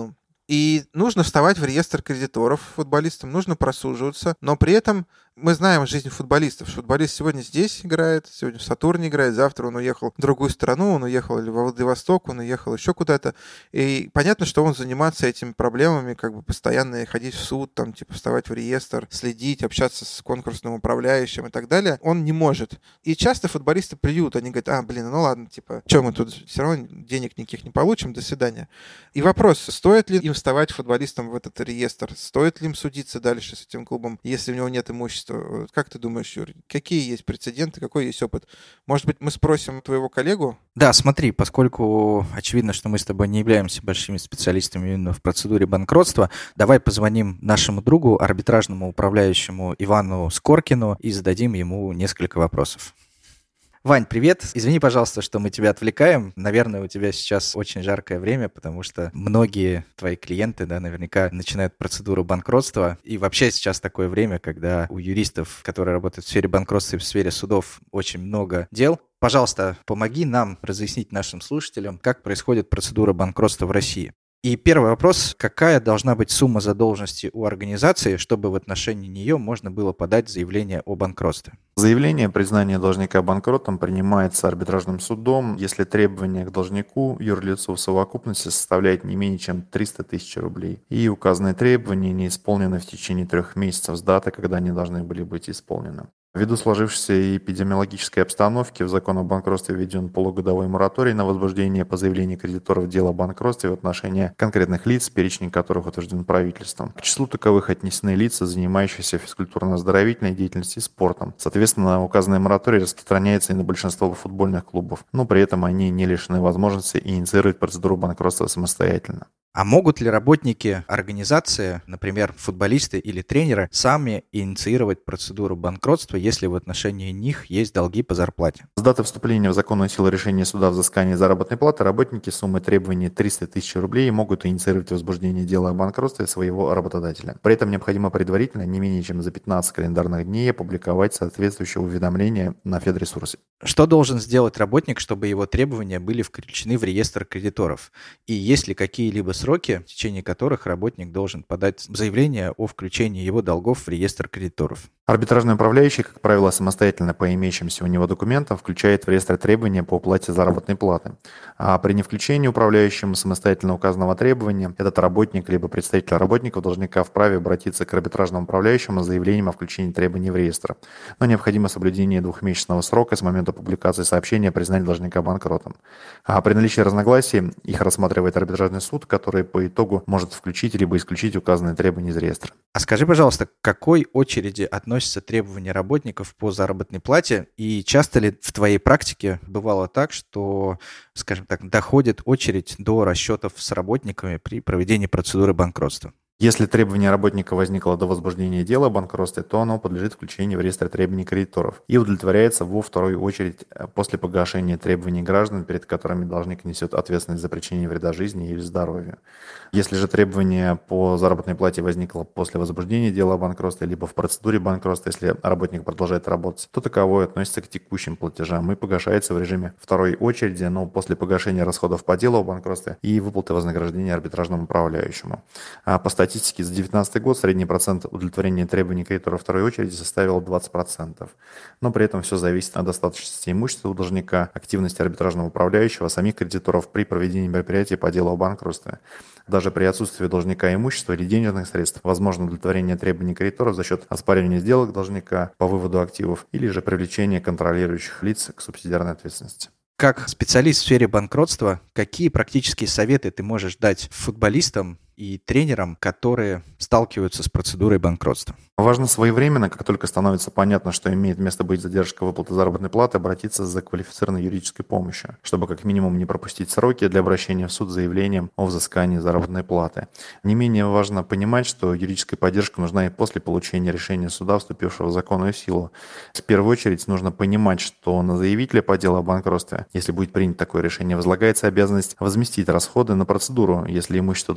И нужно вставать в реестр кредиторов футболистам, нужно просуживаться, но при этом мы знаем жизнь футболистов. Футболист сегодня здесь играет, сегодня в Сатурне играет, завтра он уехал в другую страну, он уехал или во Владивосток, он уехал еще куда-то. И понятно, что он заниматься этими проблемами, как бы постоянно ходить в суд, там, типа, вставать в реестр, следить, общаться с конкурсным управляющим и так далее, он не может. И часто футболисты плюют, они говорят, ну ладно, типа, что мы тут все равно денег никаких не получим, до свидания. И вопрос, стоит ли им вставать футболистам в этот реестр, стоит ли им судиться дальше с этим клубом, если у него нет имущества? Как ты думаешь, Юрий, какие есть прецеденты, какой есть опыт? Может быть, мы спросим твоего коллегу? Да, смотри, поскольку очевидно, что мы с тобой не являемся большими специалистами именно в процедуре банкротства, давай позвоним нашему другу, арбитражному управляющему Ивану Скоркину, и зададим ему несколько вопросов. Вань, привет. Извини, пожалуйста, что мы тебя отвлекаем. Наверное, у тебя сейчас очень жаркое время, потому что многие твои клиенты, да, наверняка начинают процедуру банкротства. И вообще сейчас такое время, когда у юристов, которые работают в сфере банкротства и в сфере судов, очень много дел. Пожалуйста, помоги нам разъяснить нашим слушателям, как происходит процедура банкротства в России. И первый вопрос. Какая должна быть сумма задолженности у организации, чтобы в отношении нее можно было подать заявление о банкротстве? Заявление о признании должника банкротом принимается арбитражным судом, если требование к должнику, юрлицу в совокупности составляет не менее чем 300 тысяч рублей. И указанные требования не исполнены в течение 3 месяцев с даты, когда они должны были быть исполнены. Ввиду сложившейся эпидемиологической обстановки в закон о банкротстве введен полугодовой мораторий на возбуждение по заявлению кредиторов дела о банкротстве в отношении конкретных лиц, перечень которых утвержден правительством. К числу таковых отнесены лица, занимающиеся физкультурно-оздоровительной деятельностью и спортом. Соответственно, указанный мораторий распространяется и на большинство футбольных клубов, но при этом они не лишены возможности инициировать процедуру банкротства самостоятельно. А могут ли работники организации, например, футболисты или тренеры, сами инициировать процедуру банкротства, если в отношении них есть долги по зарплате? С даты вступления в законную силу решения суда о взыскании заработной платы работники суммой требований 300 тысяч рублей могут инициировать возбуждение дела о банкротстве своего работодателя. При этом необходимо предварительно, не менее чем за 15 календарных дней, опубликовать соответствующее уведомление на федресурсе. Что должен сделать работник, чтобы его требования были включены в реестр кредиторов? И есть ли какие-либо сроки, в течение которых работник должен подать заявление о включении его долгов в реестр кредиторов? Арбитражный управляющий, как правило, самостоятельно по имеющимся у него документам включает в реестр требования по уплате заработной платы. А при невключении управляющим самостоятельно указанного требования этот работник либо представитель работников должника вправе обратиться к арбитражному управляющему с заявлением о включении требований в реестр. Но необходимо соблюдение 2-месячного срока с момента публикации сообщения о признании должника банкротом. А при наличии разногласий их рассматривает арбитражный суд, который по итогу может включить либо исключить указанные требования из реестра. А скажи, пожалуйста, к какой очереди относятся требования работников по заработной плате? И часто ли в твоей практике бывало так, что, скажем так, доходит очередь до расчетов с работниками при проведении процедуры банкротства? Если требование работника возникло до возбуждения дела о банкротстве, то оно подлежит включению в реестр требований кредиторов и удовлетворяется во вторую очередь после погашения требований граждан, перед которыми должник несет ответственность за причинение вреда жизни или здоровью. Если же требование по заработной плате возникло после возбуждения дела о банкротстве, либо в процедуре банкротства, если работник продолжает работать, то таковое относится к текущим платежам и погашается в режиме второй очереди, но после погашения расходов по делу о банкротстве и выплаты вознаграждения арбитражному управляющему. По статистике за 2019 год средний процент удовлетворения требований кредитора второй очереди составил 20%. Но при этом все зависит от достаточности имущества у должника, активности арбитражного управляющего, самих кредиторов при проведении мероприятий по делу о банкротстве. Даже при отсутствии должника имущества или денежных средств возможно удовлетворение требований кредиторов за счет оспаривания сделок должника по выводу активов или же привлечения контролирующих лиц к субсидиарной ответственности. Как специалист в сфере банкротства, какие практические советы ты можешь дать футболистам и тренерам, которые сталкиваются с процедурой банкротства? Важно своевременно, как только становится понятно, что имеет место быть задержка выплаты заработной платы, обратиться за квалифицированной юридической помощью, чтобы как минимум не пропустить сроки для обращения в суд с заявлением о взыскании заработной платы. Не менее важно понимать, что юридическая поддержка нужна и после получения решения суда, вступившего в законную силу. В первую очередь нужно понимать, что на заявителя по делу о банкротстве, если будет принято такое решение, возлагается обязанность возместить расходы на процедуру, если имущество должника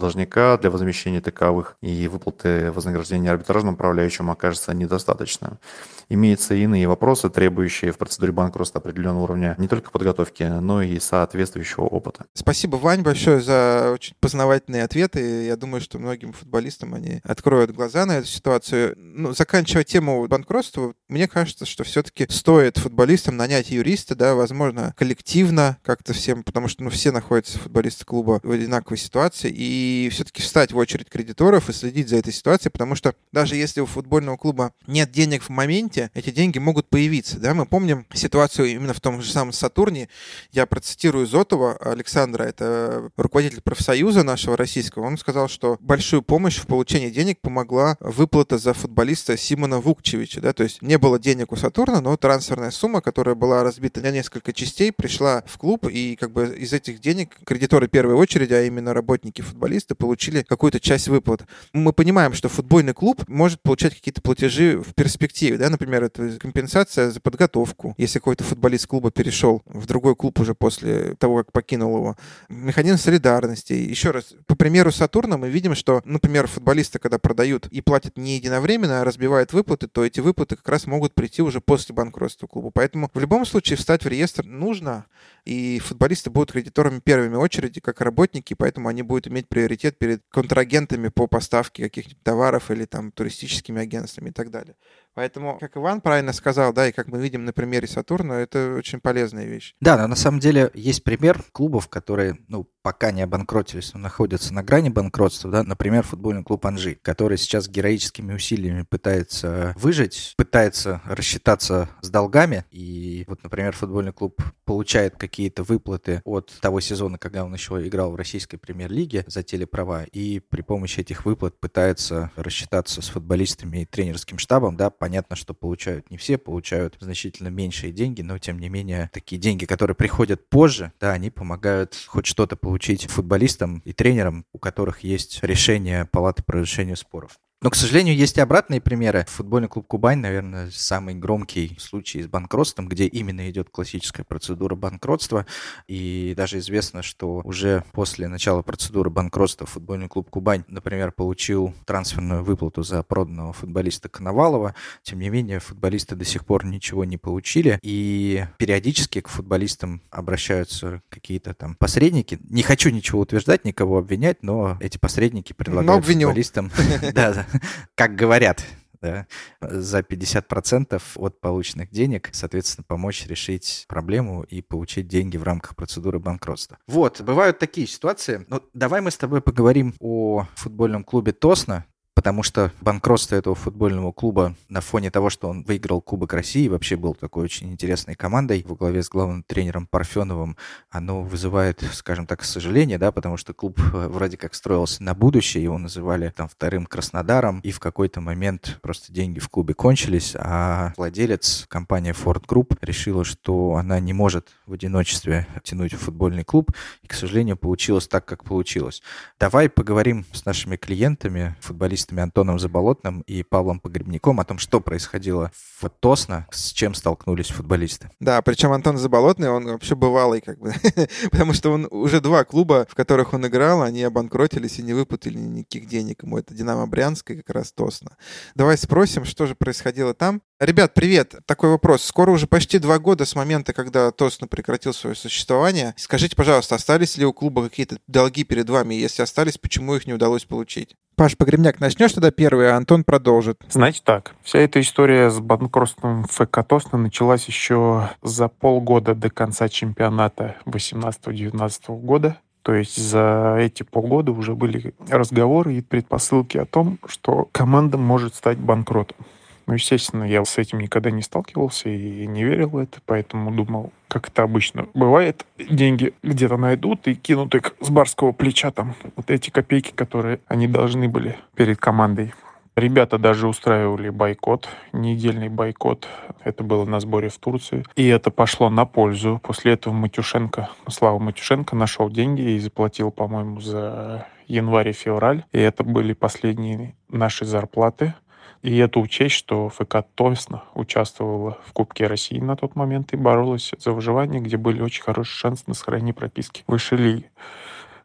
игрока для возмещения таковых, и выплаты вознаграждения арбитражному управляющему окажется недостаточным. Имеются и иные вопросы, требующие в процедуре банкротства определенного уровня не только подготовки, но и соответствующего опыта. Спасибо, Вань, большое за очень познавательные ответы. Я думаю, что многим футболистам они откроют глаза на эту ситуацию. Заканчивая тему банкротства, мне кажется, что все-таки стоит футболистам нанять юриста, да, возможно, коллективно как-то всем, потому что все находятся футболисты клуба в одинаковой ситуации, и все-таки встать в очередь кредиторов и следить за этой ситуацией, потому что даже если у футбольного клуба нет денег в моменте, эти деньги могут появиться. Да? Мы помним ситуацию именно в том же самом Сатурне. Я процитирую Зотова Александра, это руководитель профсоюза нашего российского. Он сказал, что большую помощь в получении денег помогла выплата за футболиста Симона Вукчевича. Да? То есть не было денег у Сатурна, но трансферная сумма, которая была разбита на несколько частей, пришла в клуб, и как бы из этих денег кредиторы первой очереди, а именно работники футболисты, получили какую-то часть выплат. Мы понимаем, что футбольный клуб может получать какие-то платежи в перспективе. Да? Например, это компенсация за подготовку. Если какой-то футболист клуба перешел в другой клуб уже после того, как покинул его. Механизм солидарности. Еще раз, по примеру Сатурна мы видим, что, например, футболисты, когда продают и платят не единовременно, а разбивают выплаты, то эти выплаты как раз могут прийти уже после банкротства клуба. Поэтому в любом случае встать в реестр нужно, и футболисты будут кредиторами первыми очереди, как работники, поэтому они будут иметь приоритет перед контрагентами по поставке каких-нибудь товаров или там туристическими агентствами и так далее. Поэтому, как Иван правильно сказал, да, и как мы видим на примере Сатурна, это очень полезная вещь. Да, но на самом деле есть пример клубов, которые, пока не обанкротились, но находятся на грани банкротства, да, например, футбольный клуб «Анжи», который сейчас героическими усилиями пытается выжить, пытается рассчитаться с долгами, и вот, например, футбольный клуб получает какие-то выплаты от того сезона, когда он еще играл в российской премьер-лиге за телеправа, и при помощи этих выплат пытается рассчитаться с футболистами и тренерским штабом, да, понятно, что получают не все, получают значительно меньшие деньги, но, тем не менее, такие деньги, которые приходят позже, да, они помогают хоть что-то получить футболистам и тренерам, у которых есть решение Палаты по разрешению споров. Но, к сожалению, есть и обратные примеры. Футбольный клуб «Кубань», наверное, самый громкий случай с банкротством, где именно идет классическая процедура банкротства. И даже известно, что уже после начала процедуры банкротства футбольный клуб «Кубань», например, получил трансферную выплату за проданного футболиста Коновалова. Тем не менее, футболисты до сих пор ничего не получили. И периодически к футболистам обращаются какие-то там посредники. Не хочу ничего утверждать, никого обвинять, но эти посредники предлагают футболистам... Да, как говорят, да, за 50% от полученных денег, соответственно, помочь решить проблему и получить деньги в рамках процедуры банкротства. Вот, бывают такие ситуации. Давай мы с тобой поговорим о футбольном клубе «Тосно», потому что банкротство этого футбольного клуба на фоне того, что он выиграл Кубок России, вообще был такой очень интересной командой во главе с главным тренером Парфеновым, оно вызывает, скажем так, сожаление, да, потому что клуб вроде как строился на будущее, его называли там вторым Краснодаром, и в какой-то момент просто деньги в клубе кончились, а владелец, компания Ford Group, решила, что она не может в одиночестве тянуть футбольный клуб, и, к сожалению, получилось так, как получилось. Давай поговорим с нашими клиентами, футболистами Антоном Заболотным и Павлом Погребняком о том, что происходило в Тосно, с чем столкнулись футболисты. Да, причем Антон Заболотный, он вообще бывалый, как бы, потому что он уже 2 клуба, в которых он играл, они обанкротились и не выплатили никаких денег ему. Это «Динамо» Брянск и как раз Тосно. Давай спросим, что же происходило там. Ребят, привет. Такой вопрос. Скоро уже почти 2 года с момента, когда Тосно прекратил свое существование. Скажите, пожалуйста, остались ли у клуба какие-то долги перед вами? Если остались, почему их не удалось получить? Паш Погребняк, начнешь тогда первый, а Антон продолжит. Значит так, вся эта история с банкротством ФК Тосно началась еще за полгода до конца чемпионата 18-19 года. То есть за эти полгода уже были разговоры и предпосылки о том, что команда может стать банкротом. Естественно, я с этим никогда не сталкивался и не верил в это, поэтому думал, как это обычно бывает, деньги где-то найдут и кинут их с барского плеча, там, вот эти копейки, которые они должны были перед командой. Ребята даже устраивали бойкот, недельный бойкот. Это было на сборе в Турции. И это пошло на пользу. После этого Слава Матюшенко нашел деньги и заплатил, по-моему, за январь и февраль. И это были последние наши зарплаты. И это учесть, что ФК Тосно участвовала в Кубке России на тот момент и боролась за выживание, где были очень хорошие шансы на сохранение прописки в высшей лиге.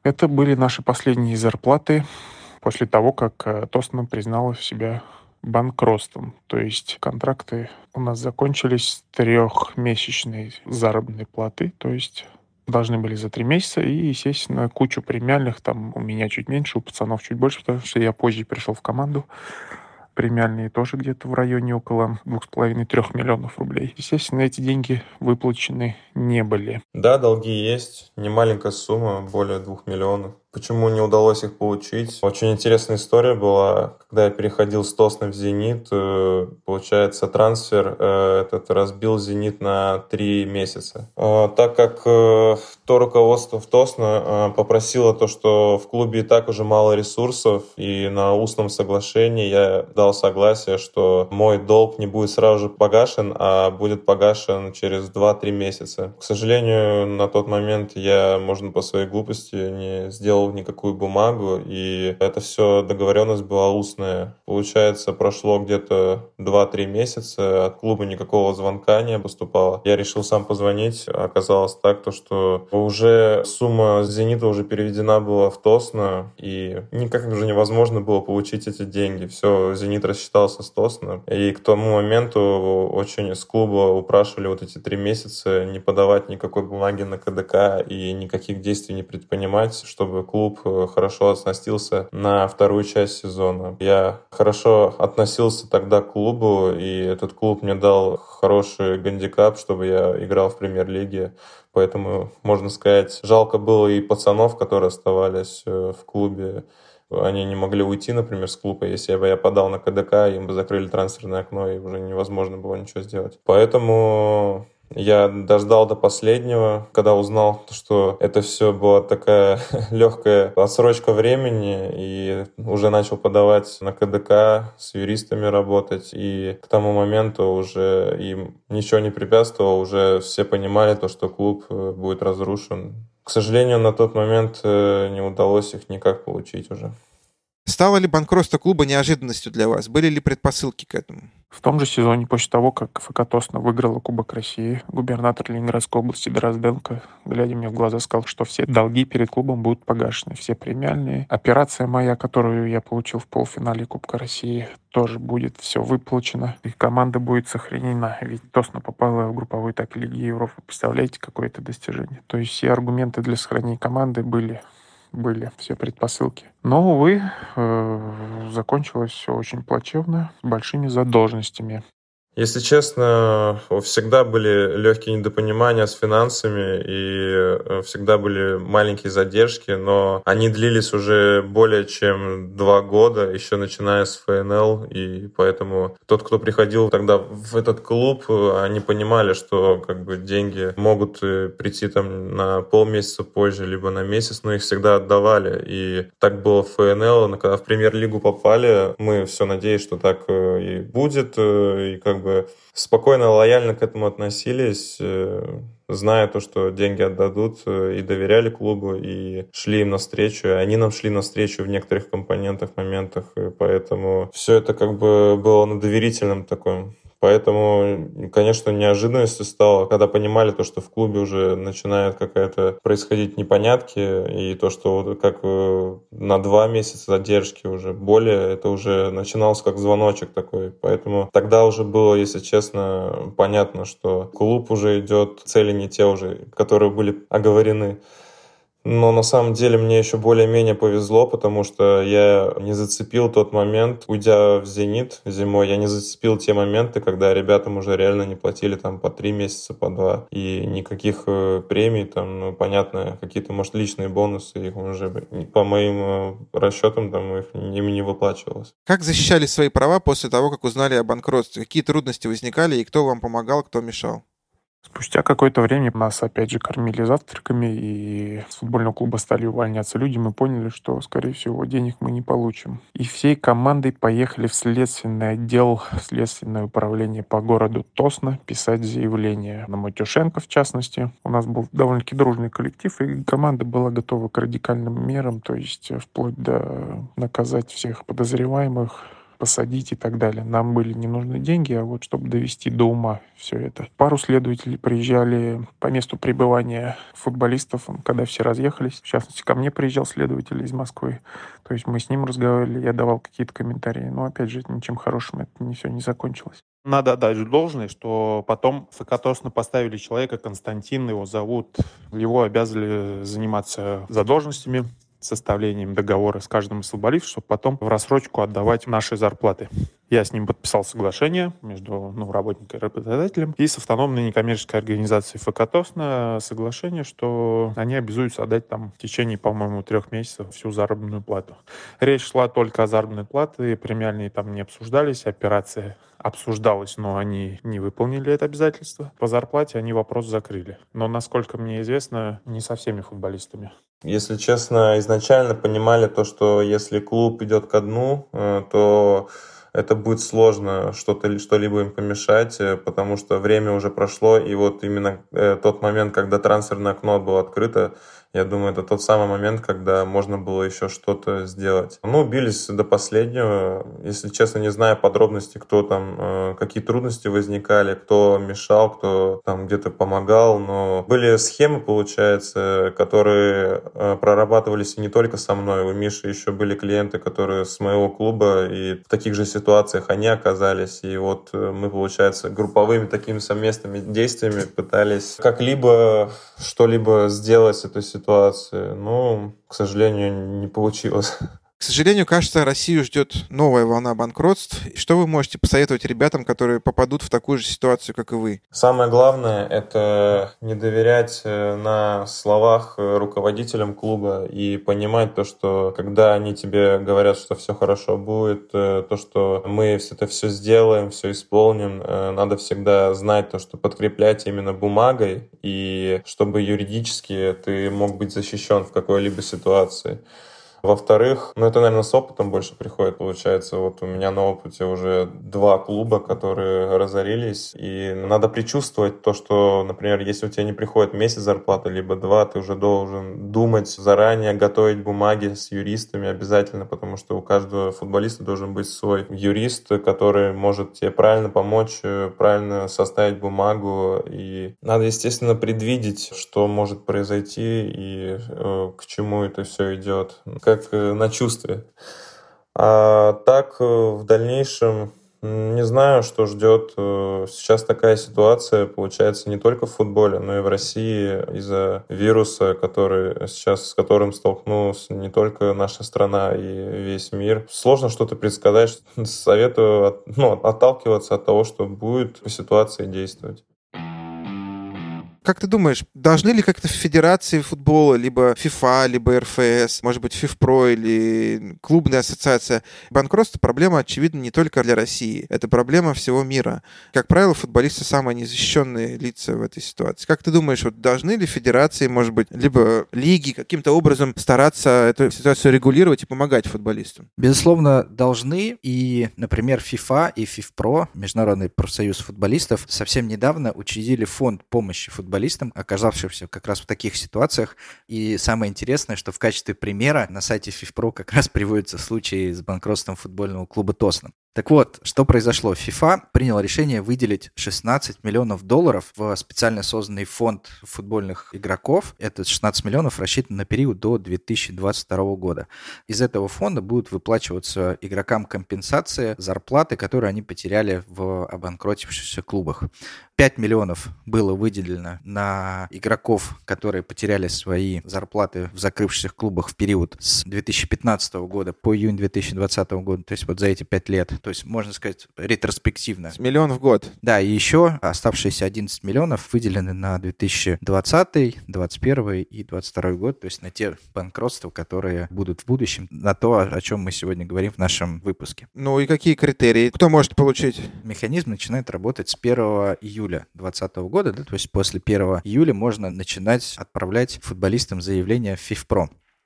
Это были наши последние зарплаты после того, как Тосно признала себя банкротством. То есть контракты у нас закончились с трехмесячной заработной платы, то есть должны были за 3 месяца, и, естественно, кучу премиальных, там у меня чуть меньше, у пацанов чуть больше, потому что я позже пришел в команду. Премиальные тоже где-то в районе около 2,5-3 миллионов рублей. Естественно, эти деньги выплачены не были. Да, долги есть. Немаленькая сумма, более 2 миллионов. Почему не удалось их получить? Очень интересная история была. Когда я переходил с Тосны в «Зенит», получается, трансфер этот разбил «Зенит» на 3 месяца. Так как то руководство в Тосно попросило то, что в клубе и так уже мало ресурсов, и на устном соглашении я дал согласие, что мой долг не будет сразу же погашен, а будет погашен через 2-3 месяца. К сожалению, на тот момент я, можно по своей глупости, не сделал никакую бумагу, и это все договоренность была устная. Получается, прошло где-то 2-3 месяца, от клуба никакого звонка не поступало. Я решил сам позвонить, оказалось так, что уже сумма «Зенита» уже переведена была в Тосно, и никак уже невозможно было получить эти деньги. Все, «Зенит» рассчитался с Тосно, и к тому моменту очень с клуба упрашивали вот эти 3 месяца не подавать никакой бумаги на КДК и никаких действий не предпринимать, чтобы клуб хорошо оснастился на вторую часть сезона. Я хорошо относился тогда к клубу, и этот клуб мне дал хороший гандикап, чтобы я играл в премьер-лиге. Поэтому, можно сказать, жалко было и пацанов, которые оставались в клубе. Они не могли уйти, например, с клуба. Если бы я подал на КДК, им бы закрыли трансферное окно, и уже невозможно было ничего сделать. Поэтому я дождал до последнего, когда узнал, что это все была такая легкая отсрочка времени, и уже начал подавать на КДК, с юристами работать, и к тому моменту уже им ничего не препятствовало, уже все понимали то, что клуб будет разрушен. К сожалению, на тот момент не удалось их никак получить уже. Стало ли банкротство клуба неожиданностью для вас? Были ли предпосылки к этому? В том же сезоне, после того, как ФК Тосно выиграла Кубок России, губернатор Ленинградской области Дрозденко, глядя мне в глаза, сказал, что все долги перед клубом будут погашены, все премиальные. Операция моя, которую я получил в полуфинале Кубка России, тоже будет все выплачено, и команда будет сохранена. Ведь Тосно попала в групповой этап Лиги Европы. Представляете, какое это достижение? То есть все аргументы для сохранения команды были все предпосылки. Но, увы, закончилось все очень плачевно, с большими задолженностями. Если честно, всегда были легкие недопонимания с финансами и всегда были маленькие задержки, но они длились уже более чем 2 года, еще начиная с ФНЛ, и поэтому тот, кто приходил тогда в этот клуб, они понимали, что деньги могут прийти там на полмесяца позже, либо на месяц, но их всегда отдавали. И так было в ФНЛ, но когда в премьер-лигу попали, мы все надеялись, что так и будет, и спокойно, лояльно к этому относились, зная то, что деньги отдадут, и доверяли клубу, и шли им навстречу, и они нам шли навстречу в некоторых компонентах, моментах, и поэтому все это было на доверительном таком. Поэтому, конечно, неожиданностью стало, когда понимали то, что в клубе уже начинает какая-то происходить непонятки, и то, что как на 2 месяца задержки уже более, это уже начиналось как звоночек такой. Поэтому тогда уже было, если честно, понятно, что клуб уже идет, цели не те уже, которые были оговорены. Но на самом деле мне еще более-менее повезло, потому что я не зацепил тот момент, уйдя в «Зенит» зимой, я не зацепил те моменты, когда ребятам уже реально не платили там по 3 месяца, по 2, и никаких премий, там, понятно, какие-то, может, личные бонусы, их уже по моим расчетам там им не выплачивалось. Как защищали свои права после того, как узнали о банкротстве? Какие трудности возникали, и кто вам помогал, кто мешал? Спустя какое-то время нас опять же кормили завтраками, и с футбольного клуба стали увольняться люди. Мы поняли, что, скорее всего, денег мы не получим. И всей командой поехали в следственный отдел, в следственное управление по городу Тосно писать заявление. На Матюшенко, в частности. У нас был довольно-таки дружный коллектив, и команда была готова к радикальным мерам, то есть вплоть до наказать всех подозреваемых, посадить и так далее. Нам были не нужны деньги, а вот чтобы довести до ума все это. Пару следователей приезжали по месту пребывания футболистов, когда все разъехались. В частности, ко мне приезжал следователь из Москвы. То есть мы с ним разговаривали, я давал какие-то комментарии. Но, опять же, ничем хорошим это все не закончилось. Надо отдать должное, что потом ФК Тосно поставили человека, Константин его зовут. Его обязали заниматься задолженностями, составлением договора с каждым из футболистов, чтобы потом в рассрочку отдавать наши зарплаты. Я с ним подписал соглашение между работником и работодателем и с автономной некоммерческой организацией ФК Тосно соглашение, что они обязуются отдать там в течение, по-моему, 3 месяцев всю заработную плату. Речь шла только о заработной плате, премиальные там не обсуждались, операция обсуждалась, но они не выполнили это обязательство. По зарплате они вопрос закрыли. Но, насколько мне известно, не со всеми футболистами. Если честно, изначально понимали то, что если клуб идет ко дну, то это будет сложно что-либо им помешать, потому что время уже прошло, и вот именно тот момент, когда трансферное окно было открыто, я думаю, это тот самый момент, когда можно было еще что-то сделать. Бились до последнего. Если честно, не знаю подробностей, кто там, какие трудности возникали, кто мешал, кто там где-то помогал. Но были схемы, получается, которые прорабатывались и не только со мной. У Миши еще были клиенты, которые с моего клуба, и в таких же ситуациях они оказались. И вот мы, получается, групповыми такими совместными действиями пытались как-либо что-либо сделать с этой ситуации. Но, к сожалению, не получилось. К сожалению, кажется, Россию ждет новая волна банкротств. Что вы можете посоветовать ребятам, которые попадут в такую же ситуацию, как и вы? Самое главное — это не доверять на словах руководителям клуба и понимать то, что когда они тебе говорят, что все хорошо будет, то, что мы это все сделаем, все исполним, надо всегда знать то, что подкреплять именно бумагой, и чтобы юридически ты мог быть защищен в какой-либо ситуации. Во-вторых, это, наверное, с опытом больше приходит, получается. Вот у меня на опыте уже 2 клуба, которые разорились, и надо предчувствовать то, что, например, если у тебя не приходит месяц зарплаты, либо 2, ты уже должен думать заранее, готовить бумаги с юристами обязательно, потому что у каждого футболиста должен быть свой юрист, который может тебе правильно помочь, правильно составить бумагу, и надо, естественно, предвидеть, что может произойти и к чему это все идет. Как на чувстве. А так, в дальнейшем, не знаю, что ждет. Сейчас такая ситуация, получается, не только в футболе, но и в России из-за вируса, с которым столкнулась не только наша страна и весь мир. Сложно что-то предсказать. Советую отталкиваться от того, что будет по ситуации действовать. Как ты думаешь, должны ли как-то федерации футбола, либо FIFA, либо РФС, может быть, ФИФПРО или клубная ассоциация? Банкротство — проблема, очевидно, не только для России. Это проблема всего мира. Как правило, футболисты — самые незащищенные лица в этой ситуации. Как ты думаешь, должны ли федерации, может быть, либо лиги каким-то образом стараться эту ситуацию регулировать и помогать футболистам? Безусловно, должны. И, например, FIFA и ФИФПРО, Международный профсоюз футболистов, совсем недавно учредили фонд помощи футболистам, оказавшимся как раз в таких ситуациях. И самое интересное, что в качестве примера на сайте ФИФПРО как раз приводятся случаи с банкротством футбольного клуба Тосно. Так вот, что произошло? FIFA приняла решение выделить $16 миллионов в специально созданный фонд футбольных игроков. Этот 16 миллионов рассчитан на период до 2022 года. Из этого фонда будут выплачиваться игрокам компенсации зарплаты, которые они потеряли в обанкротившихся клубах. 5 миллионов было выделено на игроков, которые потеряли свои зарплаты в закрывшихся клубах в период с 2015 года по июнь 2020 года, то есть вот за эти 5 лет. То есть, можно сказать, ретроспективно. С миллион в год. Да, и еще оставшиеся 11 миллионов выделены на 2020, 2021 и 2022 год, то есть на те банкротства, которые будут в будущем, на то, о чем мы сегодня говорим в нашем выпуске. Ну и какие критерии? Кто может получить? Механизм начинает работать с 1 июля 2020 года, да, то есть после 1 июля можно начинать отправлять футболистам заявления в ФИФПРО.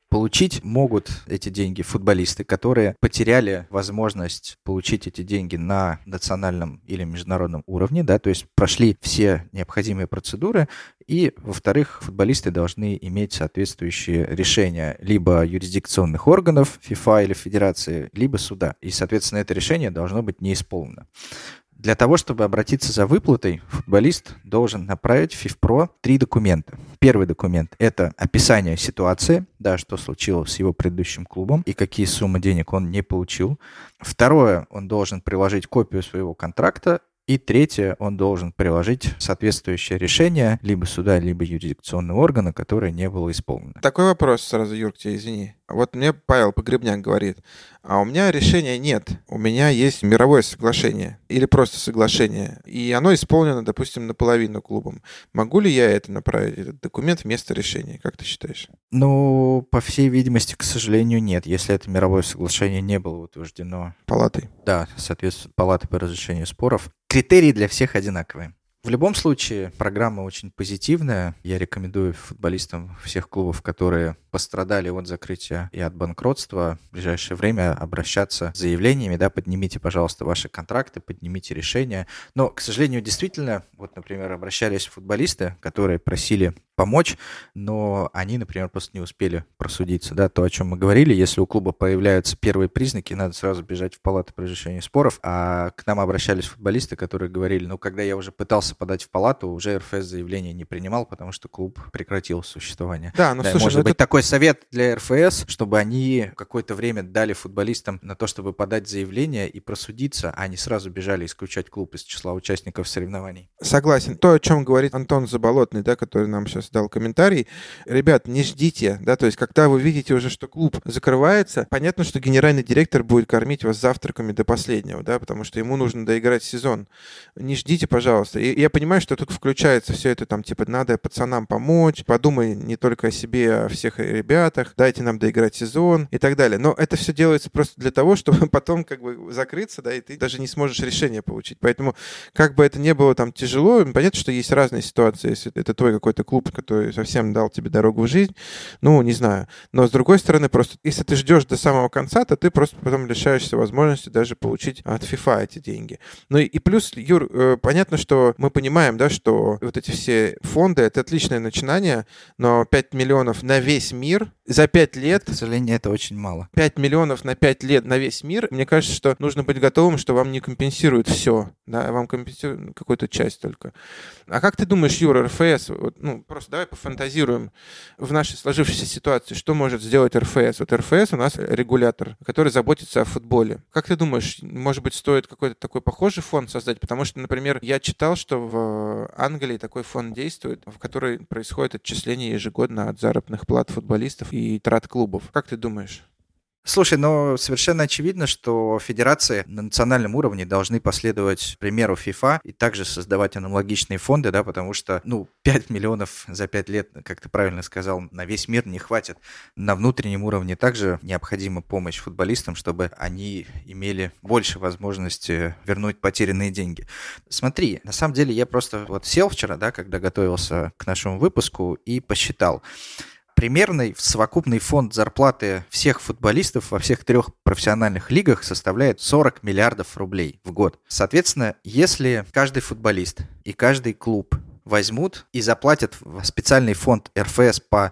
Получить могут эти деньги футболисты, которые потеряли возможность получить эти деньги на национальном или международном уровне, да, то есть прошли все необходимые процедуры, и, во-вторых, футболисты должны иметь соответствующие решения либо юрисдикционных органов ФИФА или Федерации, либо суда. И, соответственно, это решение должно быть не исполнено. Для того, чтобы обратиться за выплатой, футболист должен направить в ФИФПРО 3 документа. Первый документ – это описание ситуации, да, что случилось с его предыдущим клубом и какие суммы денег он не получил. Второе, он должен приложить копию своего контракта. И третье, он должен приложить соответствующее решение либо суда, либо юрисдикционного органа, которое не было исполнено. Такой вопрос сразу, Юр, к тебе, извини. Вот мне Павел Погребняк говорит, а у меня решения нет, у меня есть мировое соглашение или просто соглашение, и оно исполнено, допустим, наполовину клубом. Могу ли я это направить, этот документ, вместо решения? Как ты считаешь? Ну, по всей видимости, к сожалению, нет, если это мировое соглашение не было утверждено Палатой? Да, соответственно, Палатой по разрешению споров. Критерии для всех одинаковые. В любом случае, программа очень позитивная. Я рекомендую футболистам всех клубов, которые пострадали от закрытия и от банкротства, в ближайшее время обращаться с заявлениями, да, поднимите, пожалуйста, ваши контракты, поднимите решения. Но, к сожалению, действительно, вот, например, обращались футболисты, которые просили помочь, но они, например, просто не успели просудиться, да, то, о чем мы говорили. Если у клуба появляются первые признаки, надо сразу бежать в палату по разрешению споров, а к нам обращались футболисты, которые говорили, ну, когда я уже пытался подать в палату, уже РФС заявление не принимал, потому что клуб прекратил существование. Да, ну, слушай, может быть, это... такой совет для РФС, чтобы они какое-то время дали футболистам на то, чтобы подать заявление и просудиться, а не сразу бежали исключать клуб из числа участников соревнований. Согласен. То, о чем говорит Антон Заболотный, да, который нам сейчас дал комментарий. Ребят, не ждите, да, то есть, когда вы видите уже, что клуб закрывается, понятно, что генеральный директор будет кормить вас завтраками до последнего, да, потому что ему нужно доиграть сезон. Не ждите, пожалуйста. И я понимаю, что тут включается все это, там, типа, надо пацанам помочь, подумай не только о себе, а о всех ребятах, дайте нам доиграть сезон и так далее. Но это все делается просто для того, чтобы потом, как бы, закрыться, да, и ты даже не сможешь решение получить. Поэтому, как бы это ни было там тяжело, понятно, что есть разные ситуации. Если это твой какой-то клуб, который совсем дал тебе дорогу в жизнь, ну, не знаю. Но, с другой стороны, просто, если ты ждешь до самого конца, то ты просто потом лишаешься возможности даже получить от FIFA эти деньги. Ну, и плюс, Юр, понятно, что мы понимаем, да, что вот эти все фонды — это отличное начинание, но 5 миллионов на весь мир за 5 лет... К сожалению, это очень мало. 5 миллионов на 5 лет на весь мир, мне кажется, что нужно быть готовым, что вам не компенсируют все, да, вам компенсируют какую-то часть только. А как ты думаешь, Юра, РФС, вот, ну, просто давай пофантазируем в нашей сложившейся ситуации, что может сделать РФС? Вот РФС у нас регулятор, который заботится о футболе. Как ты думаешь, может быть, стоит какой-то такой похожий фонд создать? Потому что, например, я читал, что в Англии такой фонд действует, в который происходит отчисление ежегодно от заработных плат футболистов и трат клубов. Как ты думаешь? Слушай, но совершенно очевидно, что федерации на национальном уровне должны последовать примеру FIFA и также создавать аналогичные фонды, да, потому что, 5 миллионов за 5 лет, как ты правильно сказал, на весь мир не хватит. На внутреннем уровне также необходима помощь футболистам, чтобы они имели больше возможности вернуть потерянные деньги. Смотри, на самом деле я просто сел вчера, да, когда готовился к нашему выпуску и посчитал. Примерный совокупный фонд зарплаты всех футболистов во всех 3 профессиональных лигах составляет 40 миллиардов рублей в год. Соответственно, если каждый футболист и каждый клуб возьмут и заплатят в специальный фонд РФС по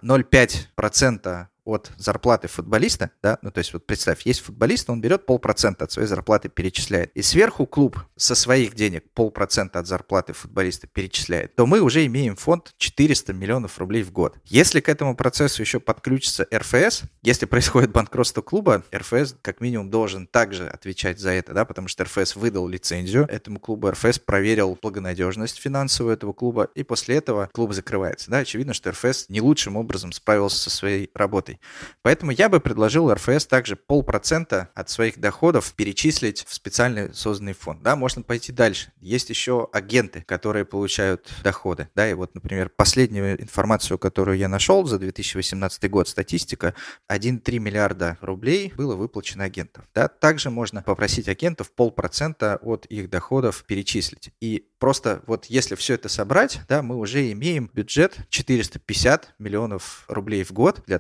0,5% от зарплаты футболиста, да, то есть представь, есть футболист, он берет 0,5% от своей зарплаты, перечисляет, и сверху клуб со своих денег 0,5% от зарплаты футболиста перечисляет, то мы уже имеем фонд 400 миллионов рублей в год. Если к этому процессу еще подключится РФС, если происходит банкротство клуба, РФС как минимум должен также отвечать за это, да, потому что РФС выдал лицензию этому клубу, РФС проверил благонадежность финансовую этого клуба, и после этого клуб закрывается. Да, очевидно, что РФС не лучшим образом справился со своей работой. Поэтому я бы предложил РФС также 0,5% от своих доходов перечислить в специальный созданный фонд. Да, можно пойти дальше. Есть еще агенты, которые получают доходы. Да, и например, последнюю информацию, которую я нашел за 2018 год, статистика, 1,3 миллиарда рублей было выплачено агентам. Да, также можно попросить агентов 0,5% от их доходов перечислить. И просто если все это собрать, да, мы уже имеем бюджет 450 миллионов рублей в год для того, чтобы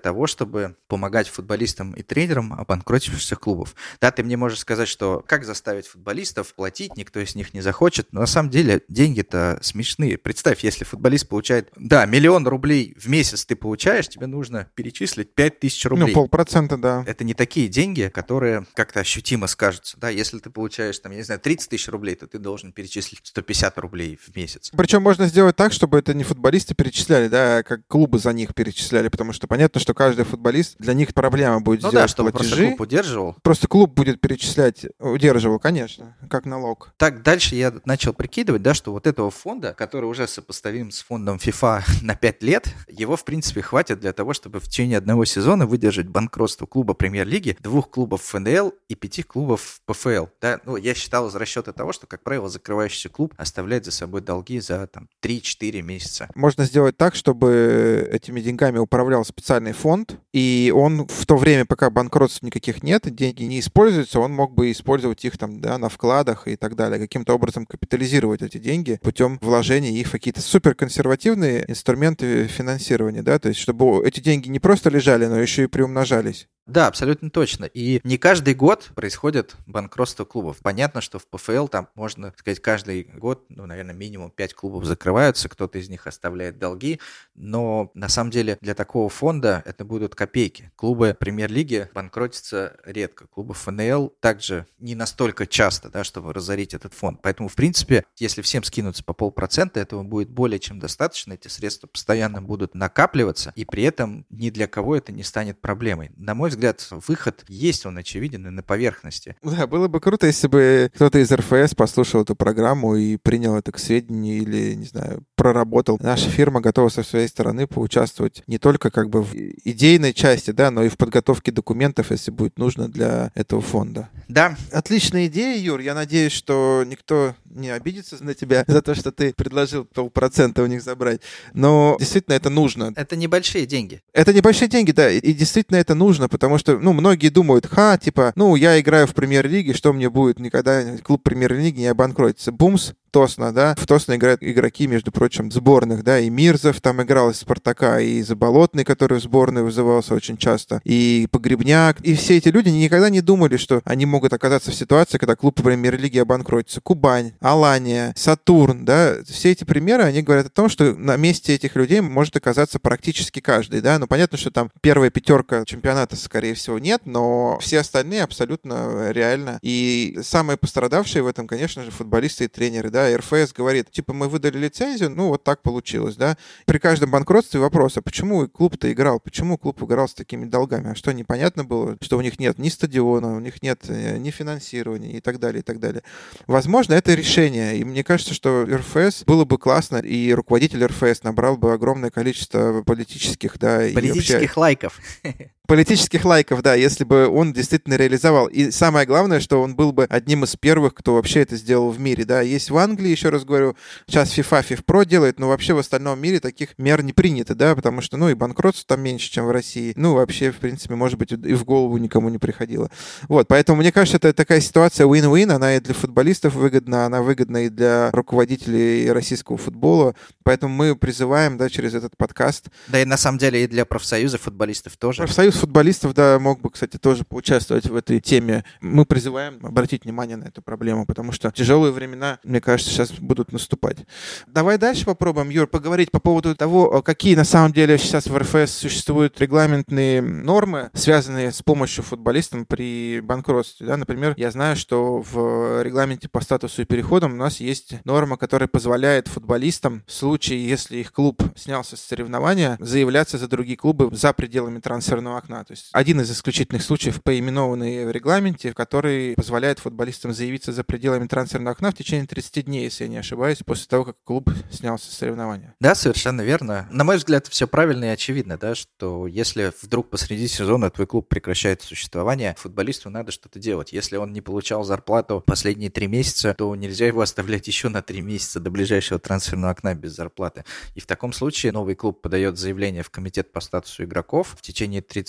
чтобы помогать футболистам и тренерам обанкротившихся клубов. Да, ты мне можешь сказать, что как заставить футболистов платить, никто из них не захочет, но на самом деле деньги-то смешные. Представь, если футболист получает, 1 000 000 рублей в месяц ты получаешь, тебе нужно перечислить 5000 рублей. 0,5%, да. Это не такие деньги, которые как-то ощутимо скажутся. Да, если ты получаешь, 30 тысяч рублей, то ты должен перечислить 150 рублей в месяц. Причем можно сделать так, чтобы это не футболисты перечисляли, да, а как клубы за них перечисляли, потому что понятно, что каждый футболист, для них проблема будет сделать чтобы платежи. просто клуб удерживал. Просто клуб будет перечислять, удерживал, конечно, как налог. Так, дальше я начал прикидывать, да, что вот этого фонда, который уже сопоставим с фондом FIFA на 5 лет, его, в принципе, хватит для того, чтобы в течение одного сезона выдержать банкротство клуба премьер-лиги, 2 клубов ФНЛ и 5 клубов ПФЛ. Да? Я считал из расчета того, что, как правило, закрывающийся клуб оставляет за собой долги за 3-4 месяца. Можно сделать так, чтобы этими деньгами управлял специальный фонд, и он в то время, пока банкротств никаких нет, деньги не используются, он мог бы использовать их на вкладах и так далее, каким-то образом капитализировать эти деньги путем вложения их в какие-то суперконсервативные инструменты финансирования, да, то есть чтобы эти деньги не просто лежали, но еще и приумножались. Да, абсолютно точно. И не каждый год происходит банкротство клубов. Понятно, что в ПФЛ там, можно сказать, каждый год, наверное, минимум 5 клубов закрываются, кто-то из них оставляет долги, но на самом деле для такого фонда это будут копейки. Клубы премьер-лиги банкротятся редко. Клубы ФНЛ также не настолько часто, да, чтобы разорить этот фонд. Поэтому, в принципе, если всем скинуться по 0,5%, этого будет более чем достаточно. Эти средства постоянно будут накапливаться, и при этом ни для кого это не станет проблемой. На мой взгляд, выход есть, он очевиден и на поверхности. Да, было бы круто, если бы кто-то из РФС послушал эту программу и принял это к сведению или, не знаю, проработал. Наша фирма готова со своей стороны поучаствовать не только в идейной части, да, но и в подготовке документов, если будет нужно для этого фонда. Да. Отличная идея, Юр. Я надеюсь, что никто не обидится на тебя за то, что ты предложил 0,5% у них забрать. Но действительно это нужно. Это небольшие деньги. Это небольшие деньги, да, и действительно это нужно, потому что, многие думают, я играю в премьер-лиге, что мне будет, никогда клуб премьер-лиги не обанкротится. Бумс, Тосно, да, в Тосно играют игроки, между прочим, сборных, да, и Мирзов там играл из Спартака, и Заболотный, который в сборную вызывался очень часто, и Погребняк, и все эти люди никогда не думали, что они могут оказаться в ситуации, когда клуб премьер-лиги обанкротится. Кубань, Алания, Сатурн, да, все эти примеры, они говорят о том, что на месте этих людей может оказаться практически каждый, да, понятно, что там первая 5 чемпионата, скорее всего, нет, но все остальные абсолютно реально. И самые пострадавшие в этом, конечно же, футболисты и тренеры, да. РФС говорит, мы выдали лицензию, вот так получилось, да. При каждом банкротстве вопрос, а почему клуб-то играл? Почему клуб играл с такими долгами? А что, непонятно было, что у них нет ни стадиона, у них нет ни финансирования и так далее, и так далее. Возможно, это решение. И мне кажется, что РФС было бы классно, и руководитель РФС набрал бы огромное количество политических, да. Политических лайков. Политических лайков, да, если бы он действительно реализовал. И самое главное, что он был бы одним из первых, кто вообще это сделал в мире, да. Есть в Англии, еще раз говорю, сейчас FIFA, FIFPro делает, но вообще в остальном мире таких мер не принято, да, потому что, и банкротство там меньше, чем в России. Вообще, в принципе, может быть, и в голову никому не приходило. Поэтому, мне кажется, это такая ситуация win-win, она и для футболистов выгодна, она выгодна и для руководителей российского футбола, поэтому мы призываем, да, через этот подкаст. Да и на самом деле и для профсоюза футболистов тоже. Профсоюз футболистов, да, мог бы, кстати, тоже поучаствовать в этой теме. Мы призываем обратить внимание на эту проблему, потому что тяжелые времена, мне кажется, сейчас будут наступать. Давай дальше попробуем, Юр, поговорить по поводу того, какие на самом деле сейчас в РФС существуют регламентные нормы, связанные с помощью футболистам при банкротстве. Да? Например, я знаю, что в регламенте по статусу и переходам у нас есть норма, которая позволяет футболистам в случае, если их клуб снялся с соревнования, заявляться за другие клубы за пределами трансферного окна. То есть один из исключительных случаев, поименованный в регламенте, который позволяет футболистам заявиться за пределами трансферного окна в течение 30 дней, если я не ошибаюсь, после того, как клуб снялся с соревнования. Да, совершенно верно. На мой взгляд, все правильно и очевидно, да, что если вдруг посреди сезона твой клуб прекращает существование, футболисту надо что-то делать. Если он не получал зарплату последние 3 месяца, то нельзя его оставлять еще на 3 месяца до ближайшего трансферного окна без зарплаты. И в таком случае новый клуб подает заявление в комитет по статусу игроков. В течение 30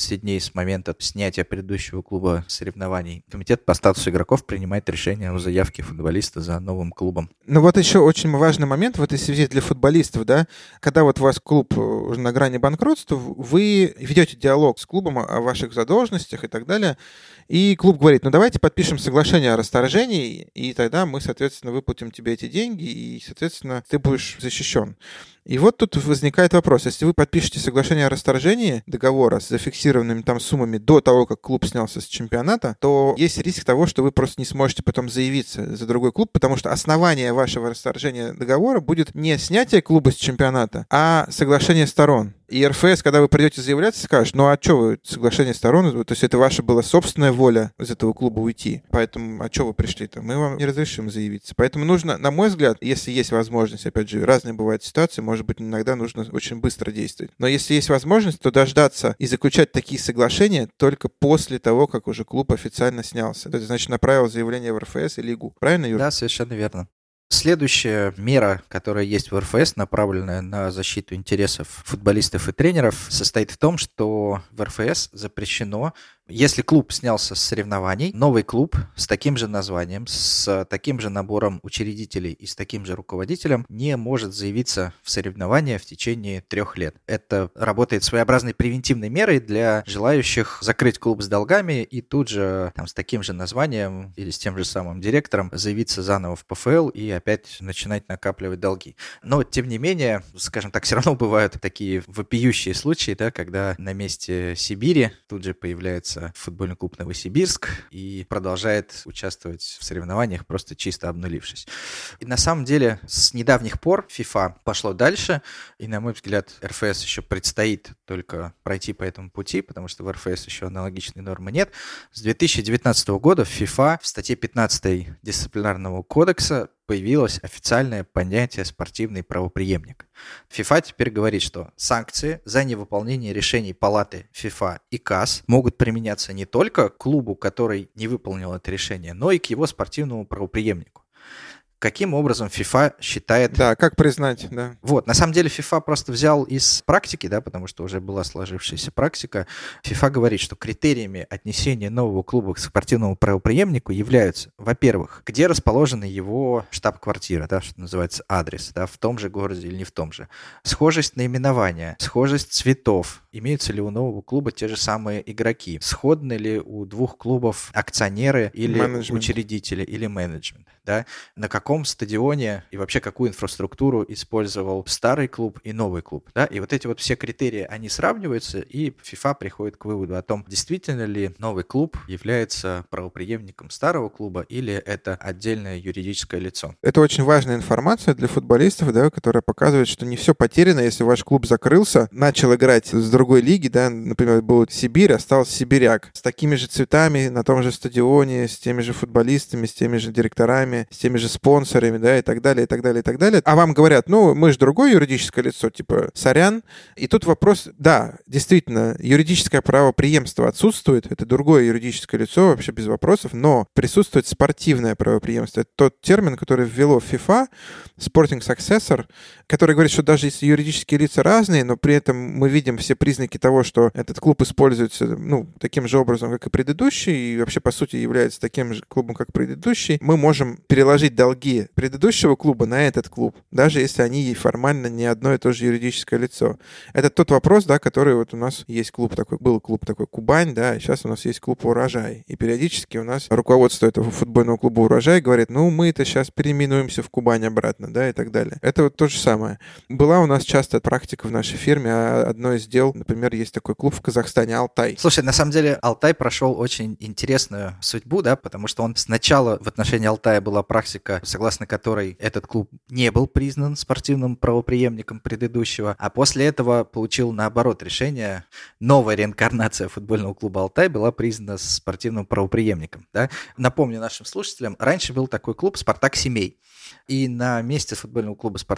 30 дней с момента снятия предыдущего клуба с соревнований комитет по статусу игроков принимает решение о заявке футболиста за новым клубом. Ну вот еще очень важный момент в этой связи для футболистов, да, когда вот у вас клуб уже на грани банкротства, вы ведете диалог с клубом о ваших задолженностях и так далее, и клуб говорит, ну давайте подпишем соглашение о расторжении, и тогда мы, соответственно, выплатим тебе эти деньги, и, соответственно, ты будешь защищен. И вот тут возникает вопрос. Если вы подпишете соглашение о расторжении договора с зафиксированными там суммами до того, как клуб снялся с чемпионата, то есть риск того, что вы просто не сможете потом заявиться за другой клуб, потому что основание вашего расторжения договора будет не снятие клуба с чемпионата, а соглашение сторон. И РФС, когда вы придете заявляться, скажет, ну а что вы, соглашение сторон, то есть это ваша была собственная воля из этого клуба уйти, поэтому а что вы пришли-то? Мы вам не разрешим заявиться. Поэтому нужно, на мой взгляд, если есть возможность, опять же, разные бывают ситуации, может быть, иногда нужно очень быстро действовать. Но если есть возможность, то дождаться и заключать такие соглашения только после того, как уже клуб официально снялся. Это значит, направил заявление в РФС и Лигу. Правильно, Юр? Да, совершенно верно. Следующая мера, которая есть в РФС, направленная на защиту интересов футболистов и тренеров, состоит в том, что в РФС запрещено, если клуб снялся с соревнований, новый клуб с таким же названием, с таким же набором учредителей и с таким же руководителем не может заявиться в соревнования в течение 3 лет. Это работает своеобразной превентивной мерой для желающих закрыть клуб с долгами и тут же с таким же названием или с тем же самым директором заявиться заново в ПФЛ и опять начинать накапливать долги. Но, тем не менее, скажем так, все равно бывают такие вопиющие случаи, да, когда на месте Сибири тут же появляется футбольный клуб Новосибирск и продолжает участвовать в соревнованиях, просто чисто обнулившись. И на самом деле с недавних пор FIFA пошло дальше, и, на мой взгляд, РФС еще предстоит только пройти по этому пути, потому что в РФС еще аналогичной нормы нет. С 2019 года в FIFA в статье 15 дисциплинарного кодекса появилось официальное понятие «спортивный правопреемник». ФИФА теперь говорит, что санкции за невыполнение решений Палаты ФИФА и КАС могут применяться не только к клубу, который не выполнил это решение, но и к его спортивному правопреемнику. Каким образом FIFA считает... Да, как признать, да. Вот, на самом деле FIFA просто взял из практики, да, потому что уже была сложившаяся практика. FIFA говорит, что критериями отнесения нового клуба к спортивному правопреемнику являются, во-первых, где расположена его штаб-квартира, да, что называется адрес, да, в том же городе или не в том же. Схожесть наименования, схожесть цветов. Имеются ли у нового клуба те же самые игроки? Сходны ли у двух клубов акционеры или учредители или менеджмент? Да? На каком стадионе и вообще какую инфраструктуру использовал старый клуб и новый клуб. Да? И вот эти вот все критерии, они сравниваются, и FIFA приходит к выводу о том, действительно ли новый клуб является правопреемником старого клуба или это отдельное юридическое лицо. Это очень важная информация для футболистов, да, которая показывает, что не все потеряно, если ваш клуб закрылся, начал играть с другой лиги, да, например, был Сибирь, остался Сибиряк, с такими же цветами, на том же стадионе, с теми же футболистами, с теми же директорами, с теми же спонсорами, да, и так далее, и так далее, и так далее. А вам говорят, ну, мы же другое юридическое лицо, типа, сорян. И тут вопрос, да, действительно, юридическое право преемства отсутствует, это другое юридическое лицо, вообще без вопросов, но присутствует спортивное правопреемство. Это тот термин, который ввело FIFA, Sporting Successor, который говорит, что даже если юридические лица разные, но при этом мы видим все признаки того, что этот клуб используется, ну, таким же образом, как и предыдущий, и вообще, по сути, является таким же клубом, как предыдущий, мы можем переложить долги предыдущего клуба на этот клуб, даже если они формально не одно и то же юридическое лицо. Это тот вопрос, да, который вот у нас есть клуб такой, был клуб такой Кубань, да, и сейчас у нас есть клуб Урожай. И периодически у нас руководство этого футбольного клуба Урожай говорит, ну, мы-то сейчас переименуемся в Кубань обратно, да, и так далее. Это вот то же самое. Была у нас часто практика в нашей фирме, одно из дел, например, есть такой клуб в Казахстане Алтай. Слушай, на самом деле Алтай прошел очень интересную судьбу, да, потому что он сначала в отношении Алтая была практика, согласно которой этот клуб не был признан спортивным правопреемником предыдущего, а после этого получил, наоборот, решение. Новая реинкарнация футбольного клуба «Алтай» была признана спортивным правопреемником. Да? Напомню нашим слушателям, раньше был такой клуб «Спартак Семей». И на месте футбольного клуба «Спартак Семей»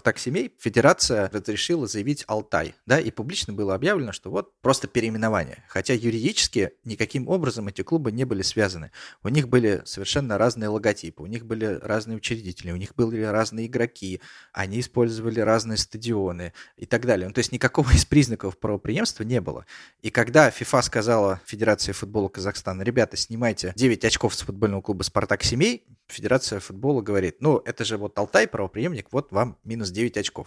рублей федерация разрешила заявить Алтай, да, и публично было объявлено, что вот просто переименование. Хотя юридически никаким образом эти клубы не были связаны. У них были совершенно разные логотипы, у них были разные учредители, у них были разные игроки, они использовали разные стадионы и так далее. Ну, то есть никакого из признаков правопреемства не было. И когда ФИФА сказала Федерации футбола Казахстана: ребята, снимайте 9 очков с футбольного клуба «Спартак» Семей, Федерация футбола говорит: ну, это же вот Алтай, правопреемник, вот вам минус 9 очков.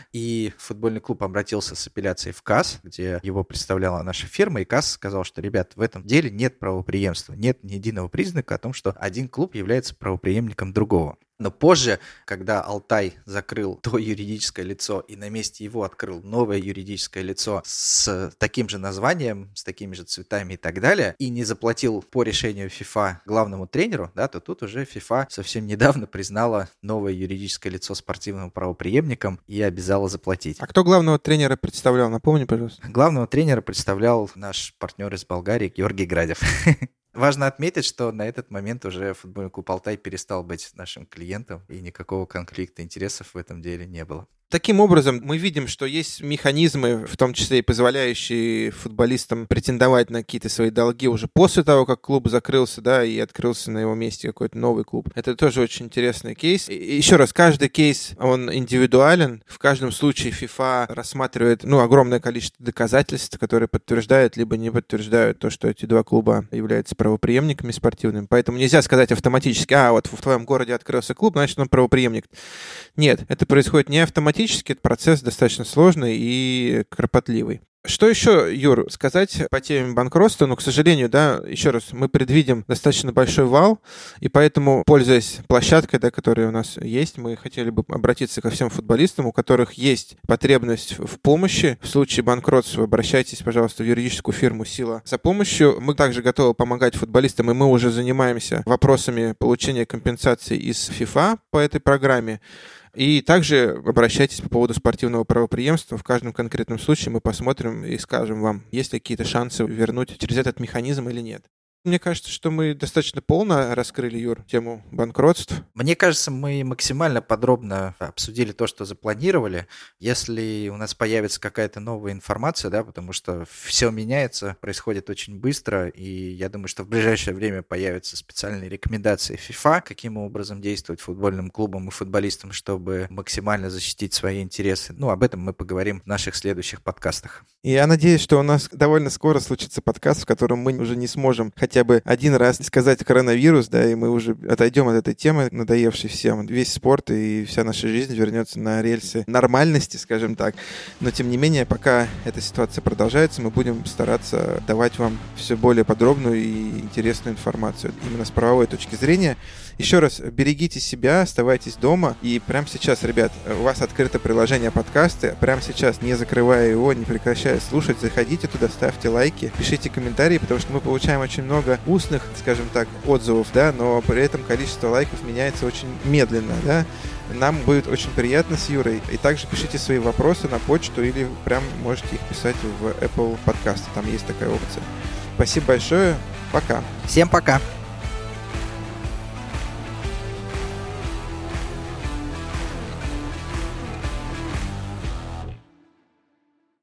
И футбольный клуб обратился с апелляцией в КАС, где его представляла наша фирма, и КАС сказал, что, ребят, в этом деле нет правопреемства, нет ни единого признака о том, что один клуб является правопреемником другого. Но позже, когда Алтай закрыл то юридическое лицо и на месте его открыл новое юридическое лицо с таким же названием, с такими же цветами и так далее, и не заплатил по решению ФИФА главному тренеру, да, то тут уже ФИФА совсем недавно признала новое юридическое лицо спортивным правопреемником и обязала заплатить. А кто главного тренера представлял? Напомни, пожалуйста. Главного тренера представлял наш партнер из Болгарии Георгий Градев. Важно отметить, что на этот момент уже футбольный клуб «Алтай» перестал быть нашим клиентом, и никакого конфликта интересов в этом деле не было. Таким образом, мы видим, что есть механизмы, в том числе и позволяющие футболистам претендовать на какие-то свои долги уже после того, как клуб закрылся, да, и открылся на его месте какой-то новый клуб. Это тоже очень интересный кейс. И еще раз, каждый кейс, он индивидуален. В каждом случае FIFA рассматривает, огромное количество доказательств, которые подтверждают либо не подтверждают то, что эти два клуба являются правопреемниками спортивными. Поэтому нельзя сказать автоматически: вот в твоем городе открылся клуб, значит, он правопреемник. Нет, это происходит не автоматически. Этот процесс достаточно сложный и кропотливый. Что еще, Юр, сказать по теме банкротства? К сожалению, да, еще раз, мы предвидим достаточно большой вал, и поэтому, пользуясь площадкой, да, которая у нас есть, мы хотели бы обратиться ко всем футболистам, у которых есть потребность в помощи. В случае банкротства обращайтесь, пожалуйста, в юридическую фирму «Сила» за помощью. Мы также готовы помогать футболистам, и мы уже занимаемся вопросами получения компенсации из FIFA по этой программе. И также обращайтесь по поводу спортивного правопреемства. В каждом конкретном случае мы посмотрим и скажем вам, есть ли какие-то шансы вернуть через этот механизм или нет. Мне кажется, что мы достаточно полно раскрыли, Юр, тему банкротств. Мне кажется, мы максимально подробно обсудили то, что запланировали. Если у нас появится какая-то новая информация, да, потому что все меняется, происходит очень быстро, и я думаю, что в ближайшее время появятся специальные рекомендации FIFA, каким образом действовать футбольным клубам и футболистам, чтобы максимально защитить свои интересы. Об этом мы поговорим в наших следующих подкастах. И я надеюсь, что у нас довольно скоро случится подкаст, в котором мы уже не сможем хотя бы один раз сказать коронавирус, да, и мы уже отойдем от этой темы, надоевшей всем. Весь спорт и вся наша жизнь вернется на рельсы нормальности, скажем так. Но, тем не менее, пока эта ситуация продолжается, мы будем стараться давать вам все более подробную и интересную информацию именно с правовой точки зрения. Еще раз, берегите себя, оставайтесь дома. И прямо сейчас, ребят, у вас открыто приложение подкасты. Прямо сейчас, не закрывая его, не прекращая слушать, заходите туда, ставьте лайки, пишите комментарии, потому что мы получаем очень много устных, скажем так, отзывов, да, но при этом количество лайков меняется очень медленно, да. Нам будет очень приятно с Юрой. И также пишите свои вопросы на почту или прям можете их писать в Apple подкасты. Там есть такая опция. Спасибо большое. Пока. Всем пока.